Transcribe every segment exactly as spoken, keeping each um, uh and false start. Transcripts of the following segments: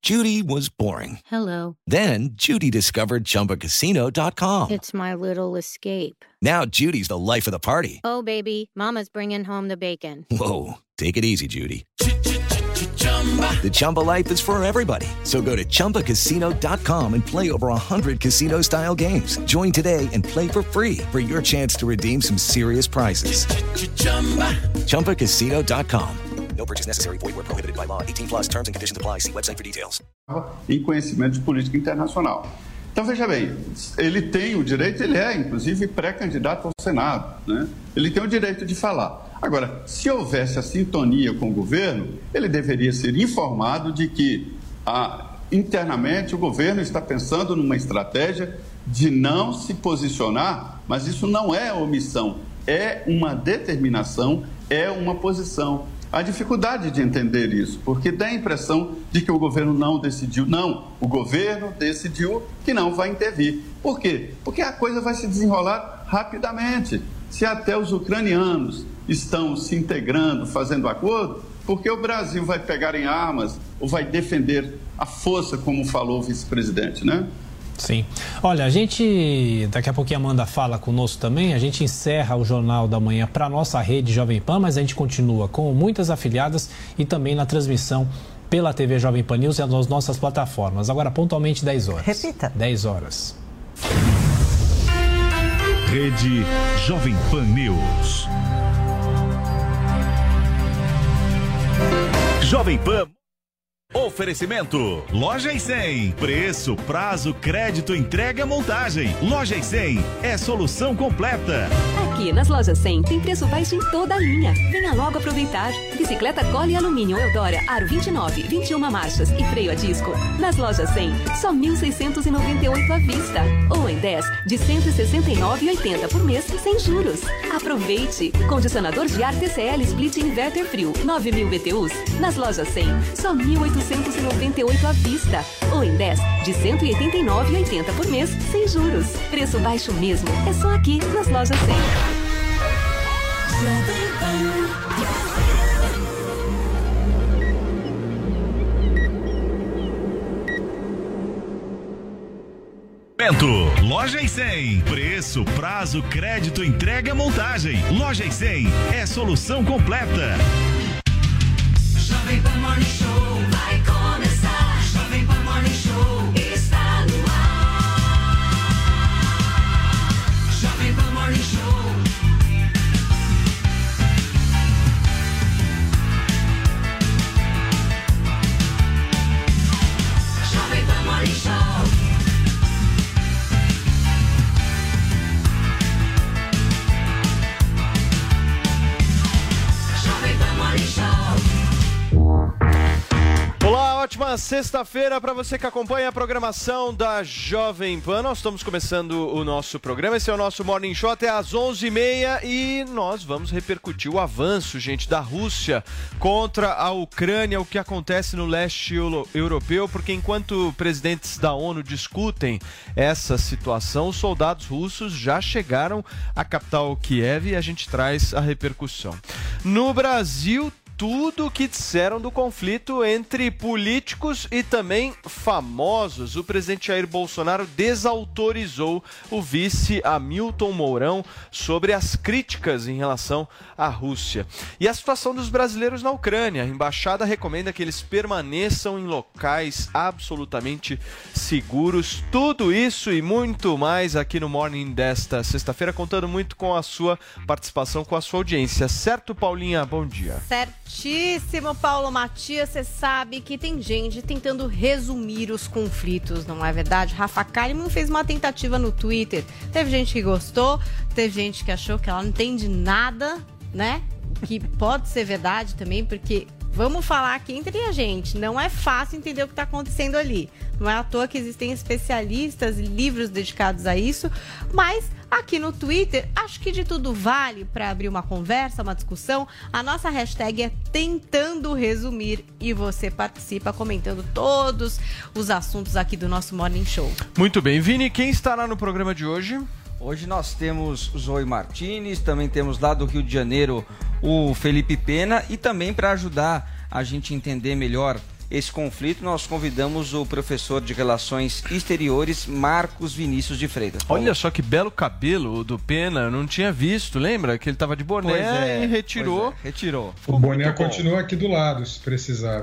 Judy was boring. Hello. Then Judy discovered Chumba Casino dot com. It's my little escape. Now Judy's the life of the party. Oh, baby, mama's bringing home the bacon. Whoa, take it easy, Judy. The Chumba life is for everybody. So go to Chumba Casino dot com and play over one hundred casino-style games. Join today and play for free for your chance to redeem some serious prizes. Chumba Casino dot com. No purchase necessary. Void where prohibited by law. eighteen plus terms and conditions apply. See website for details. Em conhecimento de política internacional. Então, veja bem, ele tem o direito, ele é, inclusive, pré-candidato ao Senado, né? Ele tem o direito de falar. Agora, se houvesse a sintonia com o governo, ele deveria ser informado de que, ah, internamente, o governo está pensando numa estratégia de não se posicionar, mas isso não é omissão, é uma determinação, é uma posição. Há dificuldade de entender isso, porque dá a impressão de que o governo não decidiu. Não, o governo decidiu que não vai intervir. Por quê? Porque a coisa vai se desenrolar rapidamente. Se até os ucranianos estão se integrando, fazendo acordo, porque o Brasil vai pegar em armas ou vai defender a força, como falou o vice-presidente, né? Sim. Olha, a gente, daqui a pouquinho a Amanda fala conosco também, a gente encerra o Jornal da Manhã para a nossa rede Jovem Pan, mas a gente continua com muitas afiliadas e também na transmissão pela T V Jovem Pan News e nas nossas plataformas. Agora, pontualmente dez horas. Repita. dez horas. Rede Jovem Pan News. Jovem Pan. Oferecimento, Loja e cem, preço, prazo, crédito, entrega, montagem. Loja e cem é solução completa. Aqui nas Lojas cem tem preço baixo em toda a linha. Venha logo aproveitar. Bicicleta Cole Alumínio Eudora, aro vinte e nove, vinte e uma marchas e freio a disco. Nas Lojas cem, só mil seiscentos e noventa e oito à vista. Ou em dez, de cento e sessenta e nove reais e oitenta centavos por mês, sem juros. Aproveite. Condicionador de ar T C L Split Inverter Frio, nove mil B T Us. Nas Lojas cem, só mil oitocentos e noventa e oito à vista. Ou em dez, de cento e oitenta e nove reais e oitenta centavos por mês, sem juros. Preço baixo mesmo. É só aqui nas Lojas cem. Loja e cem, preço, prazo, crédito, entrega, montagem. Loja e cem é solução completa. Jovem Pan Morning Show vai começar. Jovem Pan Morning Show está no ar. Jovem Pan Morning Show. Jovem Pan Morning Show. Olá, ótima sexta-feira para você que acompanha a programação da Jovem Pan. Nós estamos começando o nosso programa, esse é o nosso Morning Show até às onze e meia e nós vamos repercutir o avanço, gente, da Rússia contra a Ucrânia, o que acontece no leste europeu, porque enquanto presidentes da ONU discutem essa situação, os soldados russos já chegaram à capital Kiev e a gente traz a repercussão. No Brasil, tudo o que disseram do conflito entre políticos e também famosos. O presidente Jair Bolsonaro desautorizou o vice Hamilton Mourão sobre as críticas em relação à Rússia. E a situação dos brasileiros na Ucrânia. A embaixada recomenda que eles permaneçam em locais absolutamente seguros. Tudo isso e muito mais aqui no Morning desta sexta-feira, contando muito com a sua participação, com a sua audiência. Certo, Paulinha? Bom dia. Certo. Certíssimo, Paulo Matias, você sabe que tem gente tentando resumir os conflitos, não é verdade? Rafa Kalimann fez uma tentativa no Twitter, teve gente que gostou, teve gente que achou que ela não entende nada, né? Que pode ser verdade também, porque vamos falar aqui entre a gente, não é fácil entender o que está acontecendo ali. Não é à toa que existem especialistas e livros dedicados a isso, mas aqui no Twitter, acho que de tudo vale para abrir uma conversa, uma discussão. A nossa hashtag é Tentando Resumir e você participa comentando todos os assuntos aqui do nosso Morning Show. Muito bem. Vini, quem estará no programa de hoje? Hoje nós temos Zoe Martins, também temos lá do Rio de Janeiro o Felipe Pena e também para ajudar a gente a entender melhor esse conflito, nós convidamos o professor de Relações Exteriores, Marcos Vinícius de Freitas. Paulo. Olha só que belo cabelo do Pena, eu não tinha visto, lembra? Que ele tava de boné Pois é, e retirou. pois é, retirou. O boné continua aqui do lado, se precisar,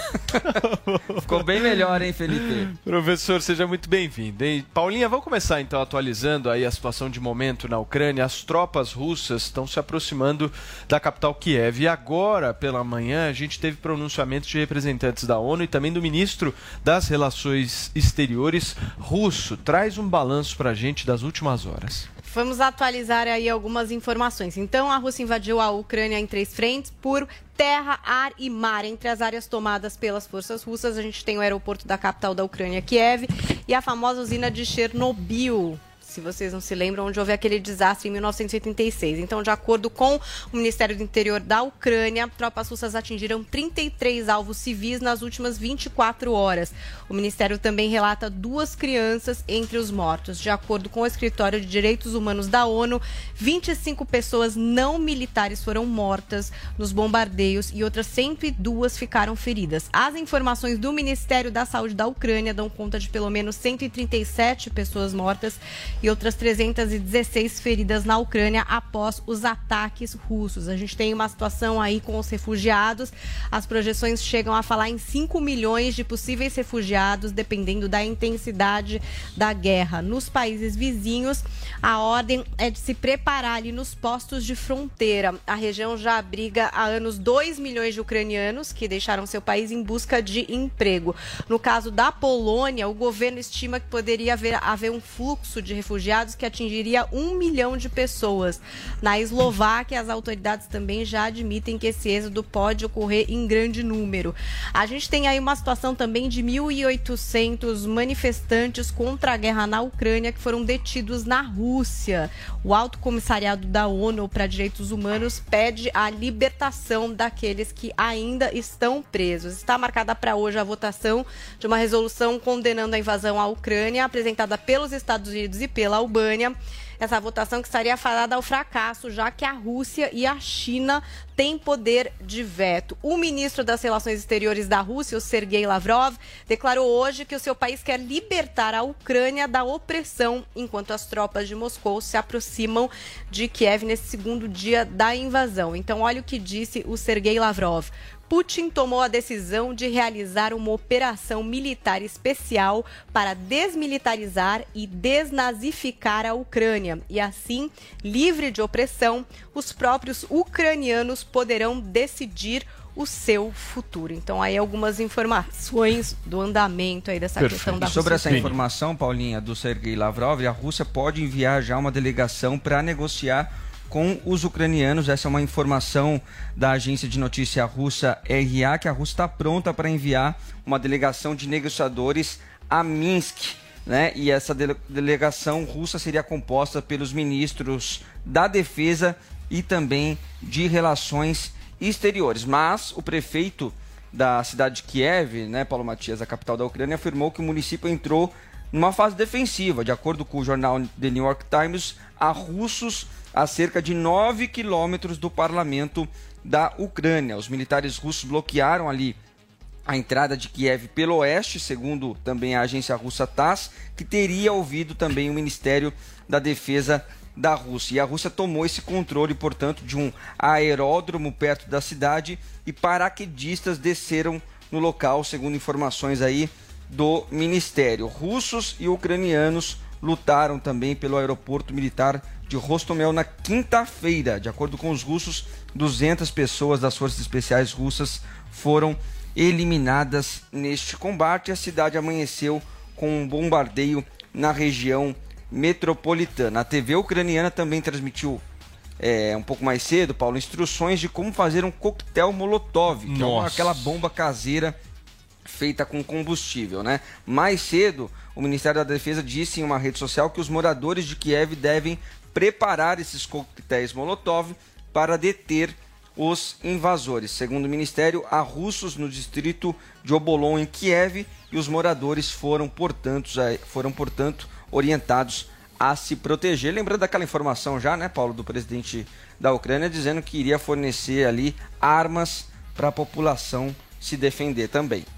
viu? Ficou bem melhor, hein, Felipe? Professor, seja muito bem-vindo. E, Paulinha, vamos começar então atualizando aí a situação de momento na Ucrânia. As tropas russas estão se aproximando da capital Kiev. E agora, pela manhã, a gente teve pronunciamentos de representantes da ONU e também do ministro das Relações Exteriores russo. Traz um balanço pra gente das últimas horas. Vamos atualizar aí algumas informações. Então, a Rússia invadiu a Ucrânia em três frentes por terra, ar e mar. Entre as áreas tomadas pelas forças russas, a gente tem o aeroporto da capital da Ucrânia, Kiev, e a famosa usina de Chernobyl. Se vocês não se lembram, onde houve aquele desastre em mil novecentos e oitenta e seis. Então, de acordo com o Ministério do Interior da Ucrânia, tropas russas atingiram trinta e três alvos civis nas últimas vinte e quatro horas. O Ministério também relata duas crianças entre os mortos. De acordo com o Escritório de Direitos Humanos da ONU, vinte e cinco pessoas não militares foram mortas nos bombardeios e outras cento e duas ficaram feridas. As informações do Ministério da Saúde da Ucrânia dão conta de pelo menos cento e trinta e sete pessoas mortas e outras trezentas e dezesseis feridas na Ucrânia após os ataques russos. A gente tem uma situação aí com os refugiados. As projeções chegam a falar em cinco milhões de possíveis refugiados, dependendo da intensidade da guerra. Nos países vizinhos, a ordem é de se preparar ali nos postos de fronteira. A região já abriga há anos dois milhões de ucranianos que deixaram seu país em busca de emprego. No caso da Polônia, o governo estima que poderia haver, haver um fluxo de refugiados refugiados que atingiria um milhão de pessoas. Na Eslováquia, as autoridades também já admitem que esse êxodo pode ocorrer em grande número. A gente tem aí uma situação também de mil e oitocentos manifestantes contra a guerra na Ucrânia que foram detidos na Rússia. O Alto Comissariado da ONU para Direitos Humanos pede a libertação daqueles que ainda estão presos. Está marcada para hoje a votação de uma resolução condenando a invasão à Ucrânia, apresentada pelos Estados Unidos e pela Albânia. Essa votação que estaria fadada ao fracasso, já que a Rússia e a China têm poder de veto. O ministro das Relações Exteriores da Rússia, o Sergei Lavrov, declarou hoje que o seu país quer libertar a Ucrânia da opressão, enquanto as tropas de Moscou se aproximam de Kiev nesse segundo dia da invasão. Então, olha o que disse o Sergei Lavrov. Putin tomou a decisão de realizar uma operação militar especial para desmilitarizar e desnazificar a Ucrânia. E assim, livre de opressão, os próprios ucranianos poderão decidir o seu futuro. Então, aí algumas informações do andamento aí dessa Perfeito. questão da Sobre Rússia. essa informação, Paulinha, do Sergei Lavrov, a Rússia pode enviar já uma delegação para negociar com os ucranianos. Essa é uma informação da agência de notícia russa R A, que a Rússia está pronta para enviar uma delegação de negociadores a Minsk, né? E essa dele- delegação russa seria composta pelos ministros da Defesa e também de Relações Exteriores. Mas o prefeito da cidade de Kiev, né, Paulo Matias, a capital da Ucrânia, afirmou que o município entrou numa fase defensiva. De acordo com o jornal The New York Times, há russos a cerca de nove quilômetros do parlamento da Ucrânia. Os militares russos bloquearam ali a entrada de Kiev pelo oeste, segundo também a agência russa TASS, que teria ouvido também o Ministério da Defesa da Rússia. E a Rússia tomou esse controle, portanto, de um aeródromo perto da cidade e paraquedistas desceram no local, segundo informações aí do Ministério. Russos e ucranianos lutaram também pelo aeroporto militar de Rostomel na quinta-feira. De acordo com os russos, duzentas pessoas das forças especiais russas foram eliminadas neste combate. A cidade amanheceu com um bombardeio na região metropolitana. A T V ucraniana também transmitiu é, um pouco mais cedo, Paulo, instruções de como fazer um coquetel molotov, que Nossa. é aquela bomba caseira feita com combustível, né? Mais cedo, o Ministério da Defesa disse em uma rede social que os moradores de Kiev devem preparar esses coquetéis molotov para deter os invasores. Segundo o Ministério, há russos no distrito de Obolon, em Kiev, e os moradores foram, portanto, foram, portanto orientados a se proteger. Lembrando daquela informação já, né, Paulo, do presidente da Ucrânia, dizendo que iria fornecer ali armas para a população se defender também.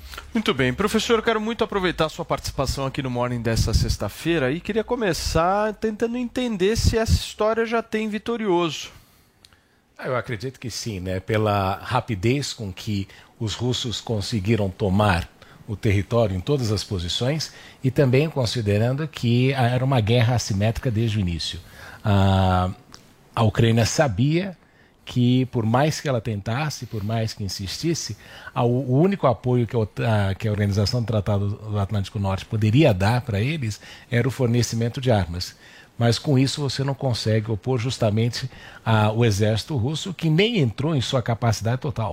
Muito bem. Professor, eu quero muito aproveitar a sua participação aqui no Morning dessa sexta-feira e queria começar tentando entender se essa história já tem vitorioso. Eu acredito que sim, né? Pela rapidez com que os russos conseguiram tomar o território em todas as posições e também considerando que era uma guerra assimétrica desde o início. A, a Ucrânia sabia que, por mais que ela tentasse, por mais que insistisse, a, o único apoio que a, que a Organização do Tratado do Atlântico Norte poderia dar para eles era o fornecimento de armas. Mas com isso você não consegue opor justamente a, o exército russo, que nem entrou em sua capacidade total.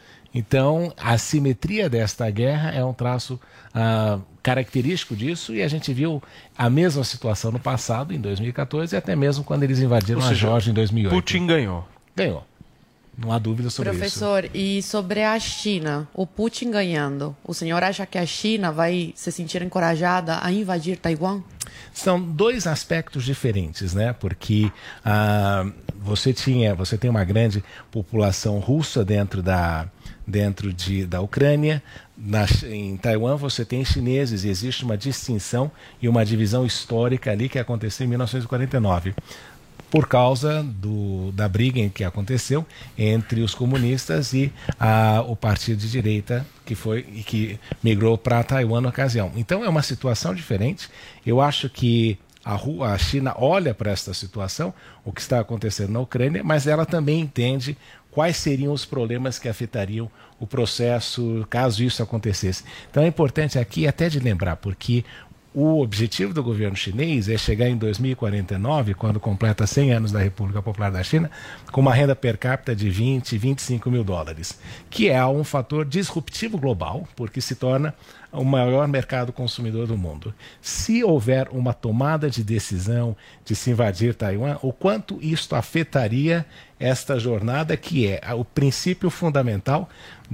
Então, a assimetria desta guerra é um traço ah, característico disso, e a gente viu a mesma situação no passado, em dois mil e quatorze, e até mesmo quando eles invadiram Ou seja, a Geórgia em dois mil e oito. Putin ganhou. Ganhou. Não há dúvida sobre Professor, isso. Professor, e sobre a China, o Putin ganhando, o senhor acha que a China vai se sentir encorajada a invadir Taiwan? São dois aspectos diferentes, né? Porque ah, você tinha, você tem uma grande população russa dentro da, dentro de, da Ucrânia. Na, em Taiwan você tem chineses e existe uma distinção e uma divisão histórica ali que aconteceu em mil novecentos e quarenta e nove. Por causa do, da briga em que aconteceu entre os comunistas e a, o partido de direita que foi e que migrou para Taiwan na ocasião. Então é uma situação diferente. Eu acho que a, a China olha para esta situação, o que está acontecendo na Ucrânia, mas ela também entende quais seriam os problemas que afetariam o processo caso isso acontecesse. Então é importante aqui até de lembrar, porque o objetivo do governo chinês é chegar em dois mil e quarenta e nove, quando completa cem anos da República Popular da China, com uma renda per capita de vinte, vinte e cinco mil dólares, que é um fator disruptivo global, porque se torna o maior mercado consumidor do mundo. Se houver uma tomada de decisão de se invadir Taiwan, o quanto isto afetaria esta jornada, que é o princípio fundamental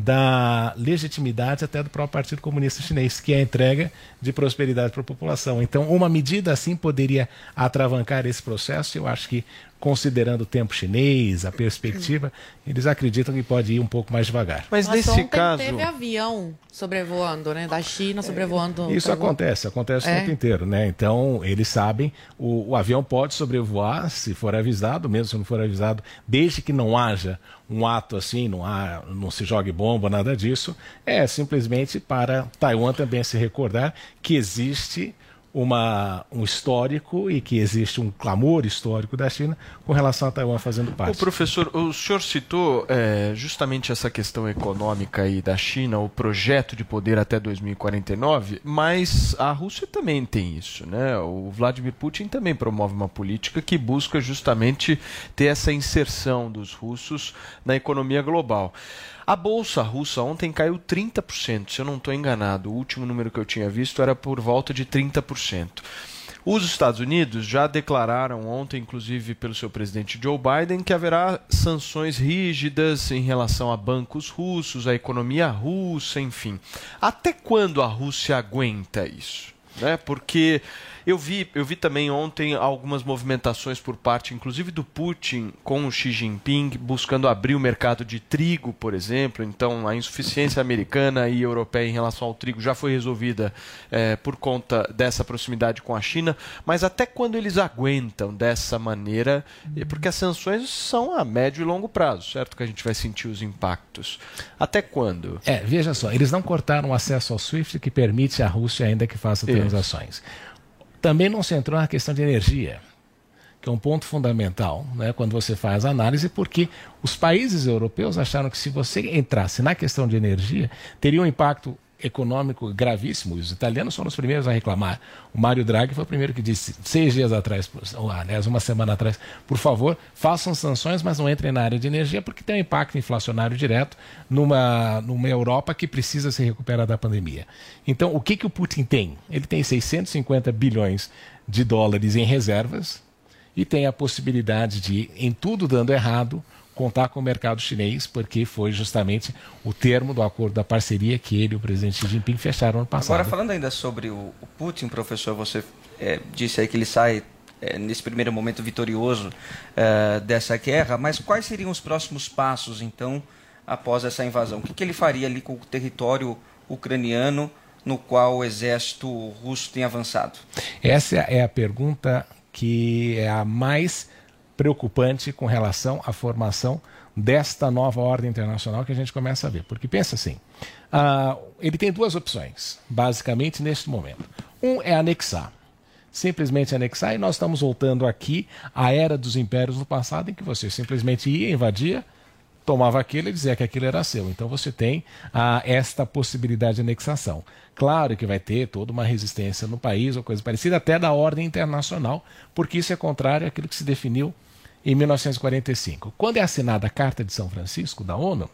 da legitimidade até do próprio Partido Comunista Chinês, que é a entrega de prosperidade para a população. Então, uma medida assim poderia atravancar esse processo. Eu acho que, considerando o tempo chinês, a perspectiva, eles acreditam que pode ir um pouco mais devagar. Mas, Mas nesse caso teve avião sobrevoando, né, da China sobrevoando. Isso Taiwan. acontece, acontece é. o tempo inteiro, né? Então eles sabem, o, o avião pode sobrevoar se for avisado, mesmo se não for avisado, desde que não haja um ato assim, não há, não se jogue bomba, nada disso. É simplesmente para Taiwan também se recordar que existe Uma, um histórico e que existe um clamor histórico da China com relação a Taiwan fazendo parte. O professor, o senhor citou é, justamente essa questão econômica aí da China, o projeto de poder até dois mil e quarenta e nove, mas a Rússia também tem isso, né? O Vladimir Putin também promove uma política que busca justamente ter essa inserção dos russos na economia global. A bolsa russa ontem caiu trinta por cento, se eu não estou enganado. O último número que eu tinha visto era por volta de trinta por cento. Os Estados Unidos já declararam ontem, inclusive pelo seu presidente Joe Biden, que haverá sanções rígidas em relação a bancos russos, a economia russa, enfim. Até quando a Rússia aguenta isso? Né? Porque eu vi, eu vi também ontem algumas movimentações por parte, inclusive do Putin, com o Xi Jinping, buscando abrir o mercado de trigo, por exemplo. Então, a insuficiência americana e europeia em relação ao trigo já foi resolvida é, por conta dessa proximidade com a China. Mas até quando eles aguentam dessa maneira? Porque as sanções são a médio e longo prazo, certo? Que a gente vai sentir os impactos. Até quando? É, veja só, eles não cortaram o acesso ao SWIFT, que permite à Rússia ainda que faça transações. Também não se entrou na questão de energia, que é um ponto fundamental, né, quando você faz a análise, porque os países europeus acharam que se você entrasse na questão de energia, teria um impacto econômico gravíssimo. Os italianos foram os primeiros a reclamar. O Mário Draghi foi o primeiro que disse, seis dias atrás, ou, aliás, uma semana atrás, por favor, façam sanções, mas não entrem na área de energia, porque tem um impacto inflacionário direto numa, numa Europa que precisa se recuperar da pandemia. Então, o que, que o Putin tem? Ele tem seiscentos e cinquenta bilhões de dólares em reservas e tem a possibilidade de, em tudo dando errado, contar com o mercado chinês, porque foi justamente o termo do acordo da parceria que ele e o presidente Xi Jinping fecharam ano passado. Agora, falando ainda sobre o, o Putin, professor, você é, disse aí que ele sai é, nesse primeiro momento vitorioso é, dessa guerra, mas quais seriam os próximos passos, então, após essa invasão? O que, que ele faria ali com o território ucraniano no qual o exército russo tem avançado? Essa é a pergunta que é a mais preocupante com relação à formação desta nova ordem internacional que a gente começa a ver. Porque pensa assim, uh, ele tem duas opções, basicamente, neste momento. Um é anexar. Simplesmente anexar, e nós estamos voltando aqui à era dos impérios do passado, em que você simplesmente ia, invadia, tomava aquilo e dizia que aquilo era seu. Então você tem ah, esta possibilidade de anexação. Claro que vai ter toda uma resistência no país, ou coisa parecida, até da ordem internacional, porque isso é contrário àquilo que se definiu em mil novecentos e quarenta e cinco. Quando é assinada a Carta de São Francisco, da ONU,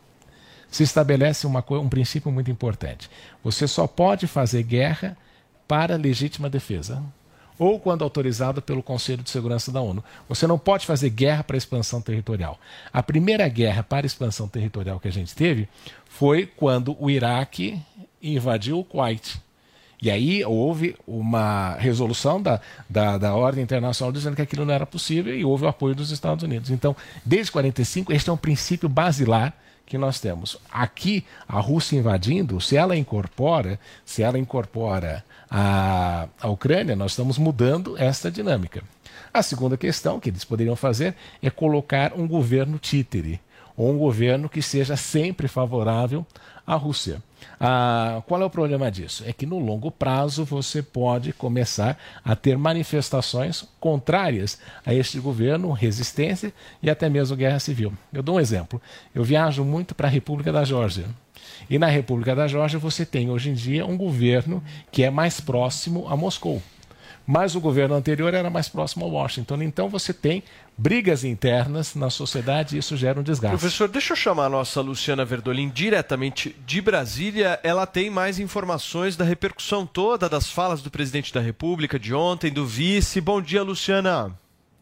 se estabelece uma, um princípio muito importante. Você só pode fazer guerra para legítima defesa, ou quando autorizado pelo Conselho de Segurança da ONU. Você não pode fazer guerra para expansão territorial. A primeira guerra para expansão territorial que a gente teve foi quando o Iraque invadiu o Kuwait. E aí houve uma resolução da, da, da ordem internacional dizendo que aquilo não era possível e houve o apoio dos Estados Unidos. Então, desde quarenta e cinco, este é um princípio basilar que nós temos. Aqui, a Rússia invadindo, se ela incorpora, se ela incorpora a, a Ucrânia, nós estamos mudando esta dinâmica. A segunda questão que eles poderiam fazer é colocar um governo títere, ou um governo que seja sempre favorável à Rússia. Ah, qual é o problema disso? É que no longo prazo você pode começar a ter manifestações contrárias a este governo, resistência e até mesmo guerra civil. Eu dou um exemplo. Eu viajo muito para a República da Geórgia. E na República da Geórgia você tem hoje em dia um governo que é mais próximo a Moscou. Mas o governo anterior era mais próximo a Washington. Então você tem brigas internas na sociedade e isso gera um desgaste. Professor, deixa eu chamar a nossa Luciana Verdolin diretamente de Brasília. Ela tem mais informações da repercussão toda das falas do presidente da República de ontem, do vice. Bom dia, Luciana.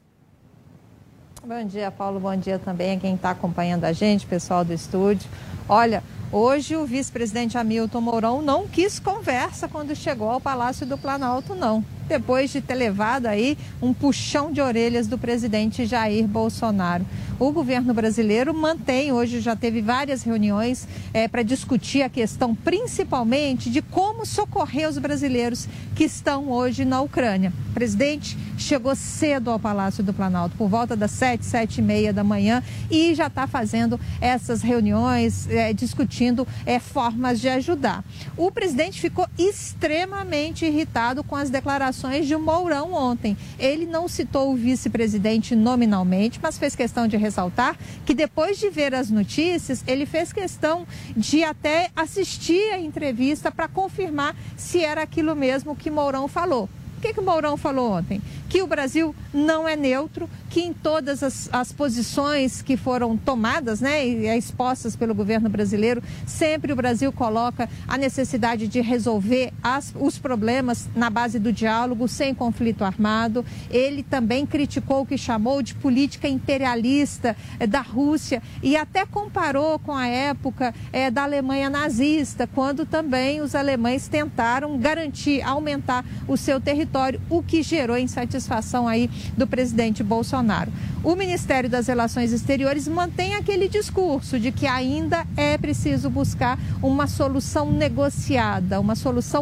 Bom dia, Paulo. Bom dia também a quem está acompanhando a gente, pessoal do estúdio. Olha, hoje o vice-presidente Hamilton Mourão não quis conversa quando chegou ao Palácio do Planalto, não. Depois de ter levado aí um puxão de orelhas do presidente Jair Bolsonaro. O governo brasileiro mantém, hoje já teve várias reuniões é, para discutir a questão principalmente de como socorrer os brasileiros que estão hoje na Ucrânia. O presidente chegou cedo ao Palácio do Planalto, por volta das sete, sete e meia da manhã, e já está fazendo essas reuniões, é, discutindo é, formas de ajudar. O presidente ficou extremamente irritado com as declarações de Mourão ontem. Ele não citou o vice-presidente nominalmente, mas fez questão de ressaltar que depois de ver as notícias, ele fez questão de até assistir a entrevista para confirmar se era aquilo mesmo que Mourão falou. O que, que o Mourão falou ontem? Que o Brasil não é neutro, que em todas as, as posições que foram tomadas, né, e expostas pelo governo brasileiro, sempre o Brasil coloca a necessidade de resolver as, os problemas na base do diálogo, sem conflito armado. Ele também criticou o que chamou de política imperialista é, da Rússia e até comparou com a época é, da Alemanha nazista, quando também os alemães tentaram garantir, aumentar o seu território, o que gerou insatisfação aí do presidente Bolsonaro. O Ministério das Relações Exteriores mantém aquele discurso de que ainda é preciso buscar uma solução negociada, uma solução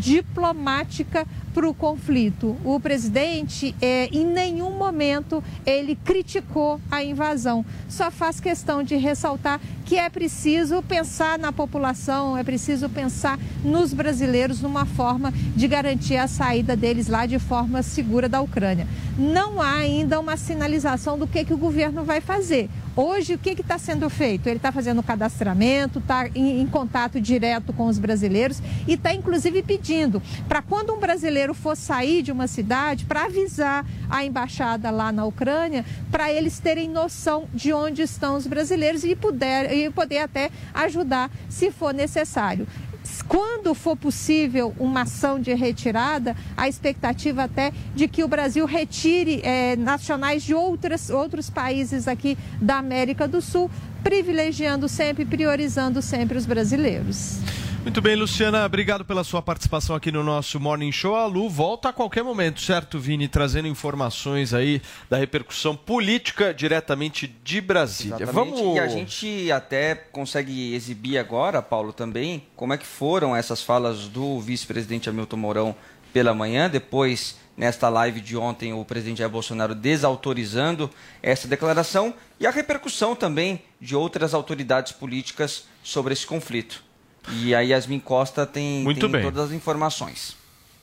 diplomática para o conflito. O presidente, é, em nenhum momento, ele criticou a invasão. Só faz questão de ressaltar que é preciso pensar na população, é preciso pensar nos brasileiros numa forma de garantir a saída deles lá de forma segura da Ucrânia. Não há ainda uma sinalização do que, que o governo vai fazer. Hoje, o que está sendo feito? Ele está fazendo cadastramento, está em, em contato direto com os brasileiros e está, inclusive, pedindo para quando um brasileiro for sair de uma cidade, para avisar a embaixada lá na Ucrânia, para eles terem noção de onde estão os brasileiros e, puder, e poder até ajudar se for necessário. Quando for possível uma ação de retirada, a expectativa até de que o Brasil retire é, nacionais de outras, outros países aqui da América do Sul, privilegiando sempre, priorizando sempre os brasileiros. Muito bem, Luciana, obrigado pela sua participação aqui no nosso Morning Show. A Lu volta a qualquer momento, certo, Vini? Trazendo informações aí da repercussão política diretamente de Brasília. Exatamente. Vamos... E a gente até consegue exibir agora, Paulo, também, como é que foram essas falas do vice-presidente Hamilton Mourão pela manhã, depois, nesta live de ontem, o presidente Jair Bolsonaro desautorizando essa declaração e a repercussão também de outras autoridades políticas sobre esse conflito. E a Yasmin Costa tem, tem todas as informações.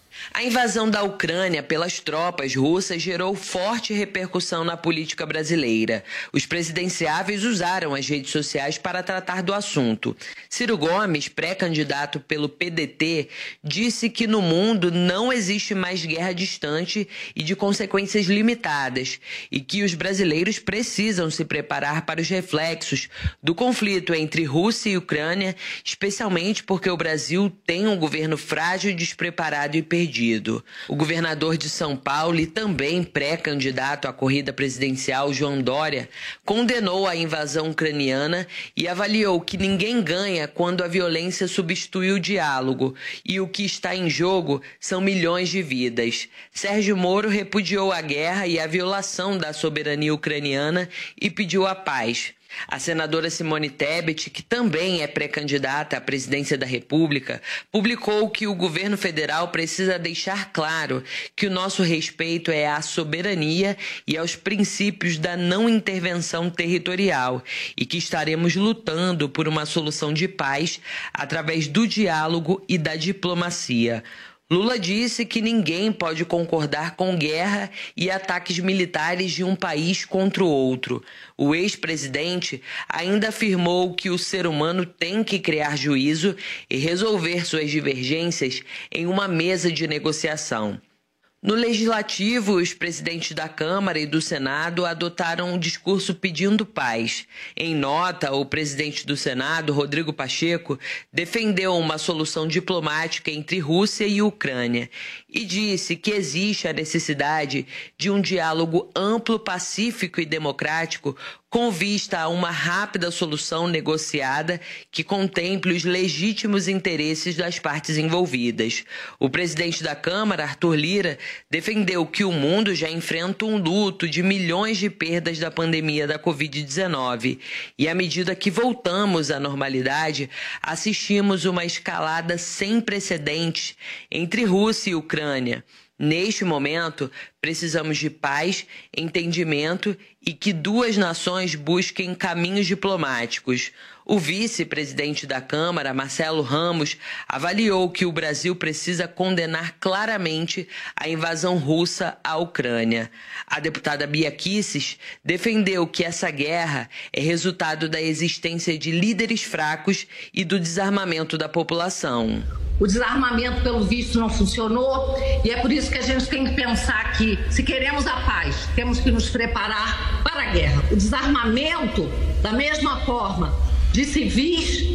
A invasão da Ucrânia pelas tropas russas gerou forte repercussão na política brasileira. Os presidenciáveis usaram as redes sociais para tratar do assunto. Ciro Gomes, pré-candidato pelo P D T, disse que no mundo não existe mais guerra distante e de consequências limitadas, e que os brasileiros precisam se preparar para os reflexos do conflito entre Rússia e Ucrânia, especialmente porque o Brasil tem um governo frágil, despreparado e perdido. O governador de São Paulo e também pré-candidato à corrida presidencial, João Dória, condenou a invasão ucraniana e avaliou que ninguém ganha quando a violência substitui o diálogo e o que está em jogo são milhões de vidas. Sérgio Moro repudiou a guerra e a violação da soberania ucraniana e pediu a paz. A senadora Simone Tebet, que também é pré-candidata à presidência da República, publicou que o governo federal precisa deixar claro que o nosso respeito é à soberania e aos princípios da não intervenção territorial e que estaremos lutando por uma solução de paz através do diálogo e da diplomacia. Lula disse que ninguém pode concordar com guerra e ataques militares de um país contra o outro. O ex-presidente ainda afirmou que o ser humano tem que criar juízo e resolver suas divergências em uma mesa de negociação. No Legislativo, os presidentes da Câmara e do Senado adotaram um discurso pedindo paz. Em nota, o presidente do Senado, Rodrigo Pacheco, defendeu uma solução diplomática entre Rússia e Ucrânia e disse que existe a necessidade de um diálogo amplo, pacífico e democrático com vista a uma rápida solução negociada que contemple os legítimos interesses das partes envolvidas. O presidente da Câmara, Arthur Lira, defendeu que o mundo já enfrenta um luto de milhões de perdas da pandemia da covid dezenove e, à medida que voltamos à normalidade, assistimos uma escalada sem precedentes entre Rússia e Ucrânia. Neste momento, precisamos de paz, entendimento e que duas nações busquem caminhos diplomáticos. O vice-presidente da Câmara, Marcelo Ramos, avaliou que o Brasil precisa condenar claramente a invasão russa à Ucrânia. A deputada Bia Kicis defendeu que essa guerra é resultado da existência de líderes fracos e do desarmamento da população. O desarmamento, pelo visto, não funcionou e é por isso que a gente tem que pensar que, se queremos a paz, temos que nos preparar para a guerra. O desarmamento, da mesma forma, de civis,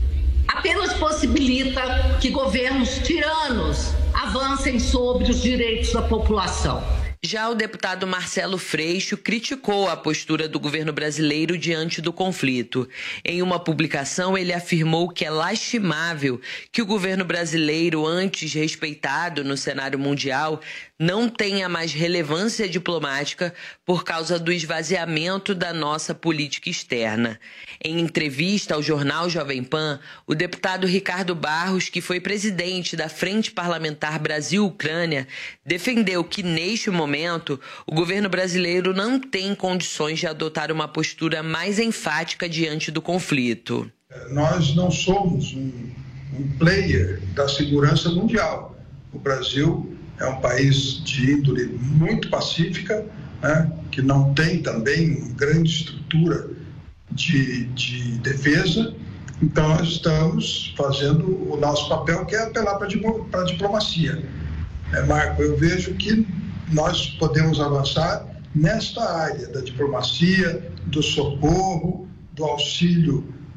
apenas possibilita que governos tiranos avancem sobre os direitos da população. Já o deputado Marcelo Freixo criticou a postura do governo brasileiro diante do conflito. Em uma publicação, ele afirmou que é lastimável que o governo brasileiro, antes respeitado no cenário mundial, não tenha mais relevância diplomática por causa do esvaziamento da nossa política externa. Em entrevista ao jornal Jovem Pan, o deputado Ricardo Barros, que foi presidente da Frente Parlamentar Brasil-Ucrânia, defendeu que, neste momento, o governo brasileiro não tem condições de adotar uma postura mais enfática diante do conflito. Nós não somos um, um player da segurança mundial. O Brasil é um país de índole muito pacífica, né, que não tem também uma grande estrutura de, de defesa. Então, nós estamos fazendo o nosso papel, que é apelar para a diplomacia. É, Marco, eu vejo que nós podemos avançar nesta área da diplomacia, do socorro, do auxílio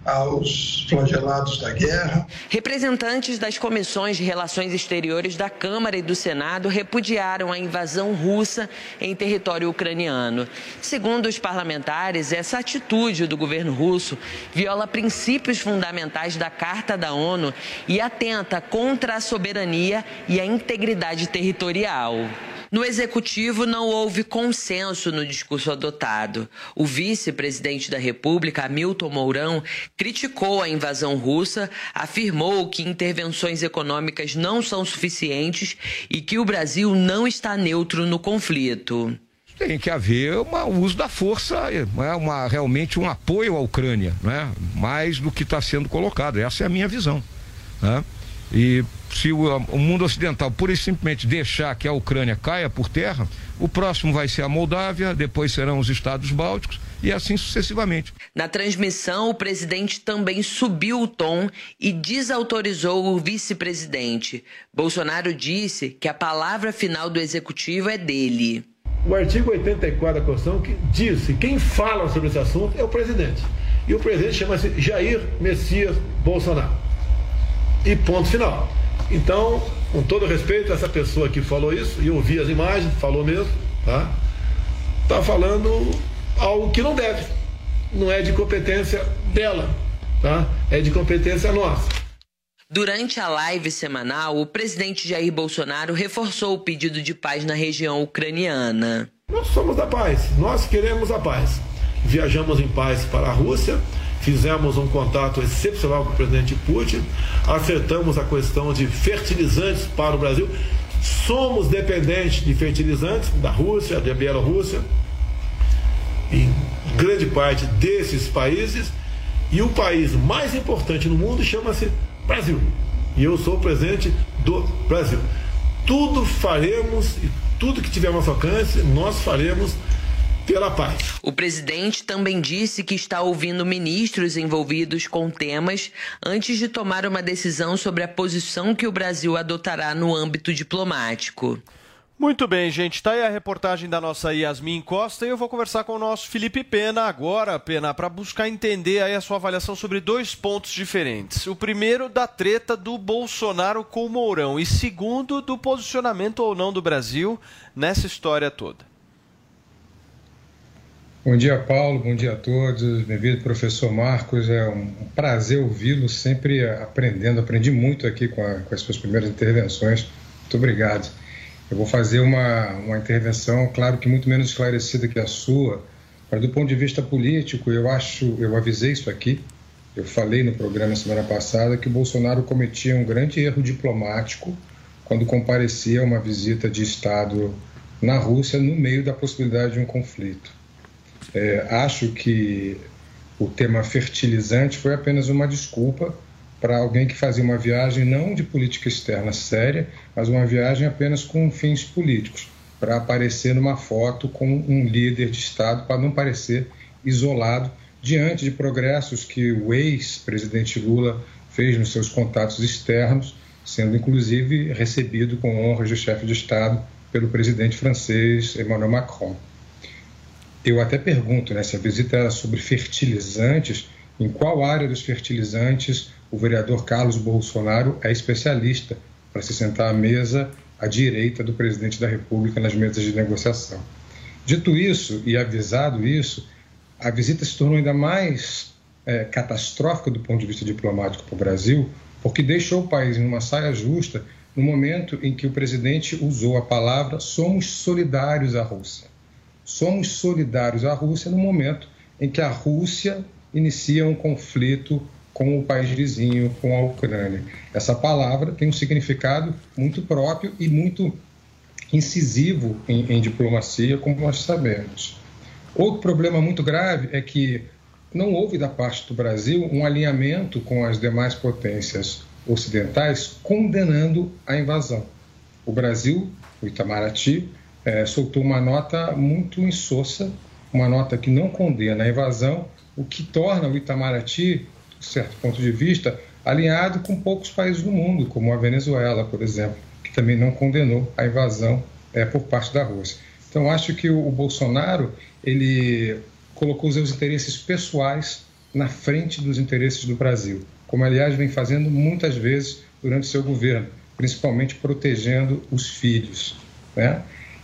aos flagelados da guerra. Representantes das comissões de Relações Exteriores da Câmara e do Senado repudiaram a invasão russa em território ucraniano. Segundo os parlamentares, essa atitude do governo russo viola princípios fundamentais da Carta da ONU e atenta contra a soberania e a integridade territorial. No Executivo, não houve consenso no discurso adotado. O vice-presidente da República, Hamilton Mourão, criticou a invasão russa, afirmou que intervenções econômicas não são suficientes e que o Brasil não está neutro no conflito. Tem que haver um uso da força, né, uma, realmente um apoio à Ucrânia, né, mais do que está sendo colocado. Essa é a minha visão, né? E se o, o mundo ocidental pura e simplesmente deixar que a Ucrânia caia por terra, o próximo vai ser a Moldávia, depois serão os estados bálticos e assim sucessivamente. Na transmissão, o presidente também subiu o tom e desautorizou o vice-presidente. Bolsonaro disse que a palavra final do executivo é dele. O artigo oitenta e quatro da Constituição que diz que quem fala sobre esse assunto é o presidente. E o presidente chama-se Jair Messias Bolsonaro. E ponto final. Então, com todo respeito a essa pessoa que falou isso, e eu vi as imagens, falou mesmo, tá? Tá falando algo que não deve. Não é de competência dela, tá? É de competência nossa. Durante a live semanal, o presidente Jair Bolsonaro reforçou o pedido de paz na região ucraniana. Nós somos da paz, nós queremos a paz. Viajamos em paz para a Rússia, fizemos um contato excepcional com o presidente Putin, acertamos a questão de fertilizantes para o Brasil. Somos dependentes de fertilizantes da Rússia, da Bielorrússia, em grande parte desses países, e o país mais importante no mundo chama-se Brasil. E eu sou o presidente do Brasil. Tudo faremos, e tudo que tiver ao nosso alcance, nós faremos pela paz. O presidente também disse que está ouvindo ministros envolvidos com temas antes de tomar uma decisão sobre a posição que o Brasil adotará no âmbito diplomático. Muito bem, gente. Está aí a reportagem da nossa Yasmin Costa e eu vou conversar com o nosso Felipe Pena agora, Pena, para buscar entender aí a sua avaliação sobre dois pontos diferentes. O primeiro, da treta do Bolsonaro com o Mourão, e segundo, do posicionamento ou não do Brasil nessa história toda. Bom dia, Paulo. Bom dia a todos. Bem-vindo, professor Marcos. É um prazer ouvi-lo, sempre aprendendo. Aprendi muito aqui com, a, com as suas primeiras intervenções. Muito obrigado. Eu vou fazer uma, uma intervenção, claro que muito menos esclarecida que a sua, mas do ponto de vista político, eu acho, eu avisei isso aqui, eu falei no programa semana passada que o Bolsonaro cometia um grande erro diplomático quando comparecia a uma visita de Estado na Rússia no meio da possibilidade de um conflito. É, acho que o tema fertilizante foi apenas uma desculpa para alguém que fazia uma viagem não de política externa séria, mas uma viagem apenas com fins políticos, para aparecer numa foto com um líder de Estado, para não parecer isolado diante de progressos que o ex-presidente Lula fez nos seus contatos externos, sendo inclusive recebido com honras de chefe de Estado pelo presidente francês Emmanuel Macron. Eu até pergunto, né, se a visita era sobre fertilizantes, em qual área dos fertilizantes o vereador Carlos Bolsonaro é especialista para se sentar à mesa à direita do presidente da República nas mesas de negociação. Dito isso e avisado isso, a visita se tornou ainda mais é, catastrófica do ponto de vista diplomático para o Brasil, porque deixou o país em uma saia justa no momento em que o presidente usou a palavra "somos solidários à Rússia". Somos solidários à Rússia no momento em que a Rússia inicia um conflito com o país vizinho, com a Ucrânia. Essa palavra tem um significado muito próprio e muito incisivo em, em diplomacia, como nós sabemos. Outro problema muito grave é que não houve da parte do Brasil um alinhamento com as demais potências ocidentais condenando a invasão. O Brasil, o Itamaraty, é, soltou uma nota muito insossa, uma nota que não condena a invasão, o que torna o Itamaraty, de certo ponto de vista, alinhado com poucos países do mundo, como a Venezuela, por exemplo, que também não condenou a invasão é, por parte da Rússia. Então, acho que o, o Bolsonaro ele colocou os seus interesses pessoais na frente dos interesses do Brasil, como, aliás, vem fazendo muitas vezes durante seu governo, principalmente protegendo os filhos, né?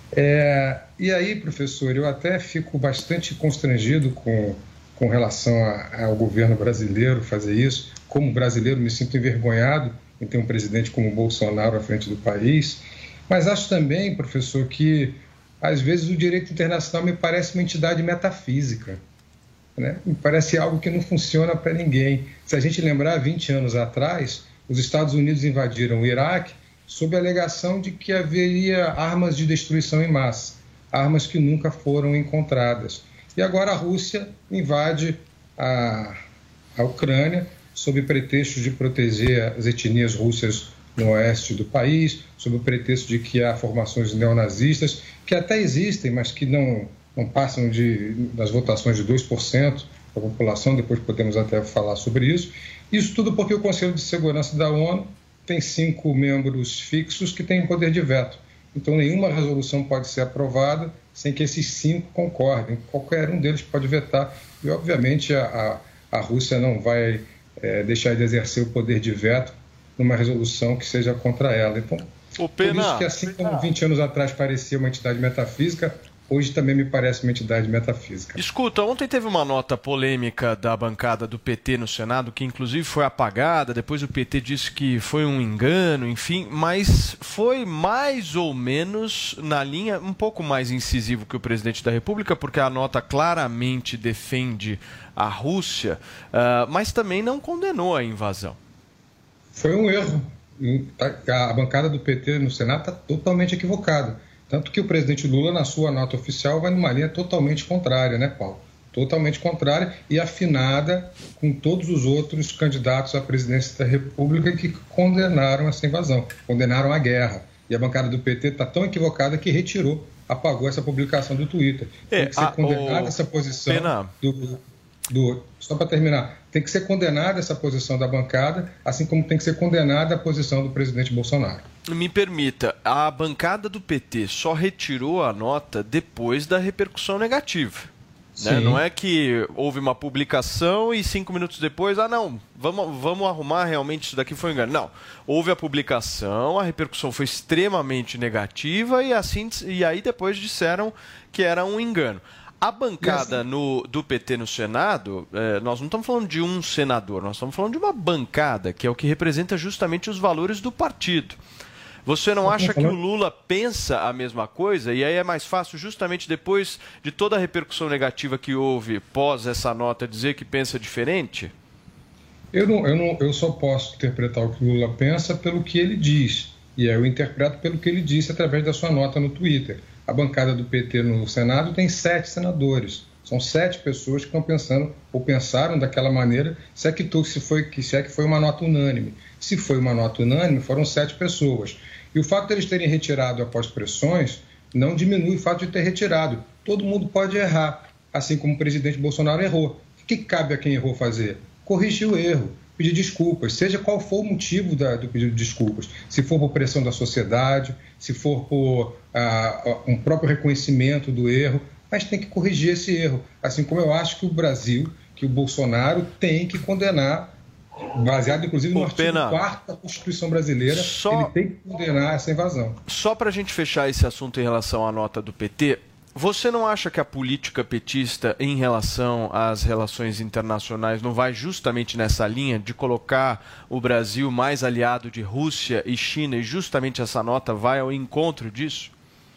É, e aí, professor, eu até fico bastante constrangido com, com relação a, ao governo brasileiro fazer isso. Como brasileiro, me sinto envergonhado em ter um presidente como Bolsonaro à frente do país. Mas acho também, professor, que às vezes o direito internacional me parece uma entidade metafísica, né? Me parece algo que não funciona para ninguém. Se a gente lembrar, vinte anos atrás, os Estados Unidos invadiram o Iraque sob a alegação de que haveria armas de destruição em massa, armas que nunca foram encontradas. E agora a Rússia invade a, a Ucrânia sob pretexto de proteger as etnias russas no oeste do país, sob o pretexto de que há formações neonazistas, que até existem, mas que não, não passam de, das votações de dois por cento da população, depois podemos até falar sobre isso. Isso tudo porque o Conselho de Segurança da ONU tem cinco membros fixos que têm poder de veto. Então, nenhuma resolução pode ser aprovada sem que esses cinco concordem. Qualquer um deles pode vetar. E, obviamente, a, a, a Rússia não vai é, deixar de exercer o poder de veto numa resolução que seja contra ela. Então, o Pena, por isso que, assim como vinte anos atrás parecia uma entidade metafísica, hoje também me parece uma entidade metafísica. Escuta, ontem teve uma nota polêmica da bancada do P T no Senado, que inclusive foi apagada, depois o P T disse que foi um engano, enfim, mas foi mais ou menos na linha, um pouco mais incisivo que o presidente da República, porque a nota claramente defende a Rússia, uh, mas também não condenou a invasão. Foi um erro. A bancada do P T no Senado está totalmente equivocada. Tanto que o presidente Lula, na sua nota oficial, vai numa linha totalmente contrária, né, Paulo? Totalmente contrária e afinada com todos os outros candidatos à presidência da República que condenaram essa invasão, condenaram a guerra. E a bancada do P T está tão equivocada que retirou, apagou essa publicação do Twitter. É, tem que ser a, condenada o... essa posição Pena. do... do só para terminar, tem que ser condenada essa posição da bancada, assim como tem que ser condenada a posição do presidente Bolsonaro. Me permita, a bancada do P T só retirou a nota depois da repercussão negativa. Né? Não é que houve uma publicação e cinco minutos depois, ah não, vamos, vamos arrumar, realmente isso daqui foi um engano. Não, houve a publicação, a repercussão foi extremamente negativa e, assim, e aí depois disseram que era um engano. A bancada assim, no, do P T no Senado, eh, nós não estamos falando de um senador, nós estamos falando de uma bancada, que é o que representa justamente os valores do partido. Você não acha que o Lula pensa a mesma coisa? E aí é mais fácil, justamente depois de toda a repercussão negativa que houve pós essa nota, dizer que pensa diferente? Eu, não, eu, não, eu só posso interpretar o que o Lula pensa pelo que ele diz. E eu interpreto pelo que ele disse através da sua nota no Twitter. A bancada do P T no Senado tem sete senadores. São sete pessoas que estão pensando, ou pensaram daquela maneira, se é que, se foi, se é que foi uma nota unânime. Se foi uma nota unânime, foram sete pessoas. E o fato de eles terem retirado após pressões não diminui o fato de ter retirado. Todo mundo pode errar, assim como o presidente Bolsonaro errou. O que cabe a quem errou fazer? Corrigir o erro, pedir desculpas, seja qual for o motivo da, do pedido de desculpas. Se for por pressão da sociedade, se for por ah, um próprio reconhecimento do erro, mas tem que corrigir esse erro. Assim como eu acho que o Brasil, que o Bolsonaro tem que condenar, baseado inclusive no Ô, artigo Pena, quarto da Constituição Brasileira, só, ele tem que condenar essa invasão. Só para a gente fechar esse assunto em relação à nota do P T, você não acha que a política petista em relação às relações internacionais não vai justamente nessa linha de colocar o Brasil mais aliado de Rússia e China e justamente essa nota vai ao encontro disso?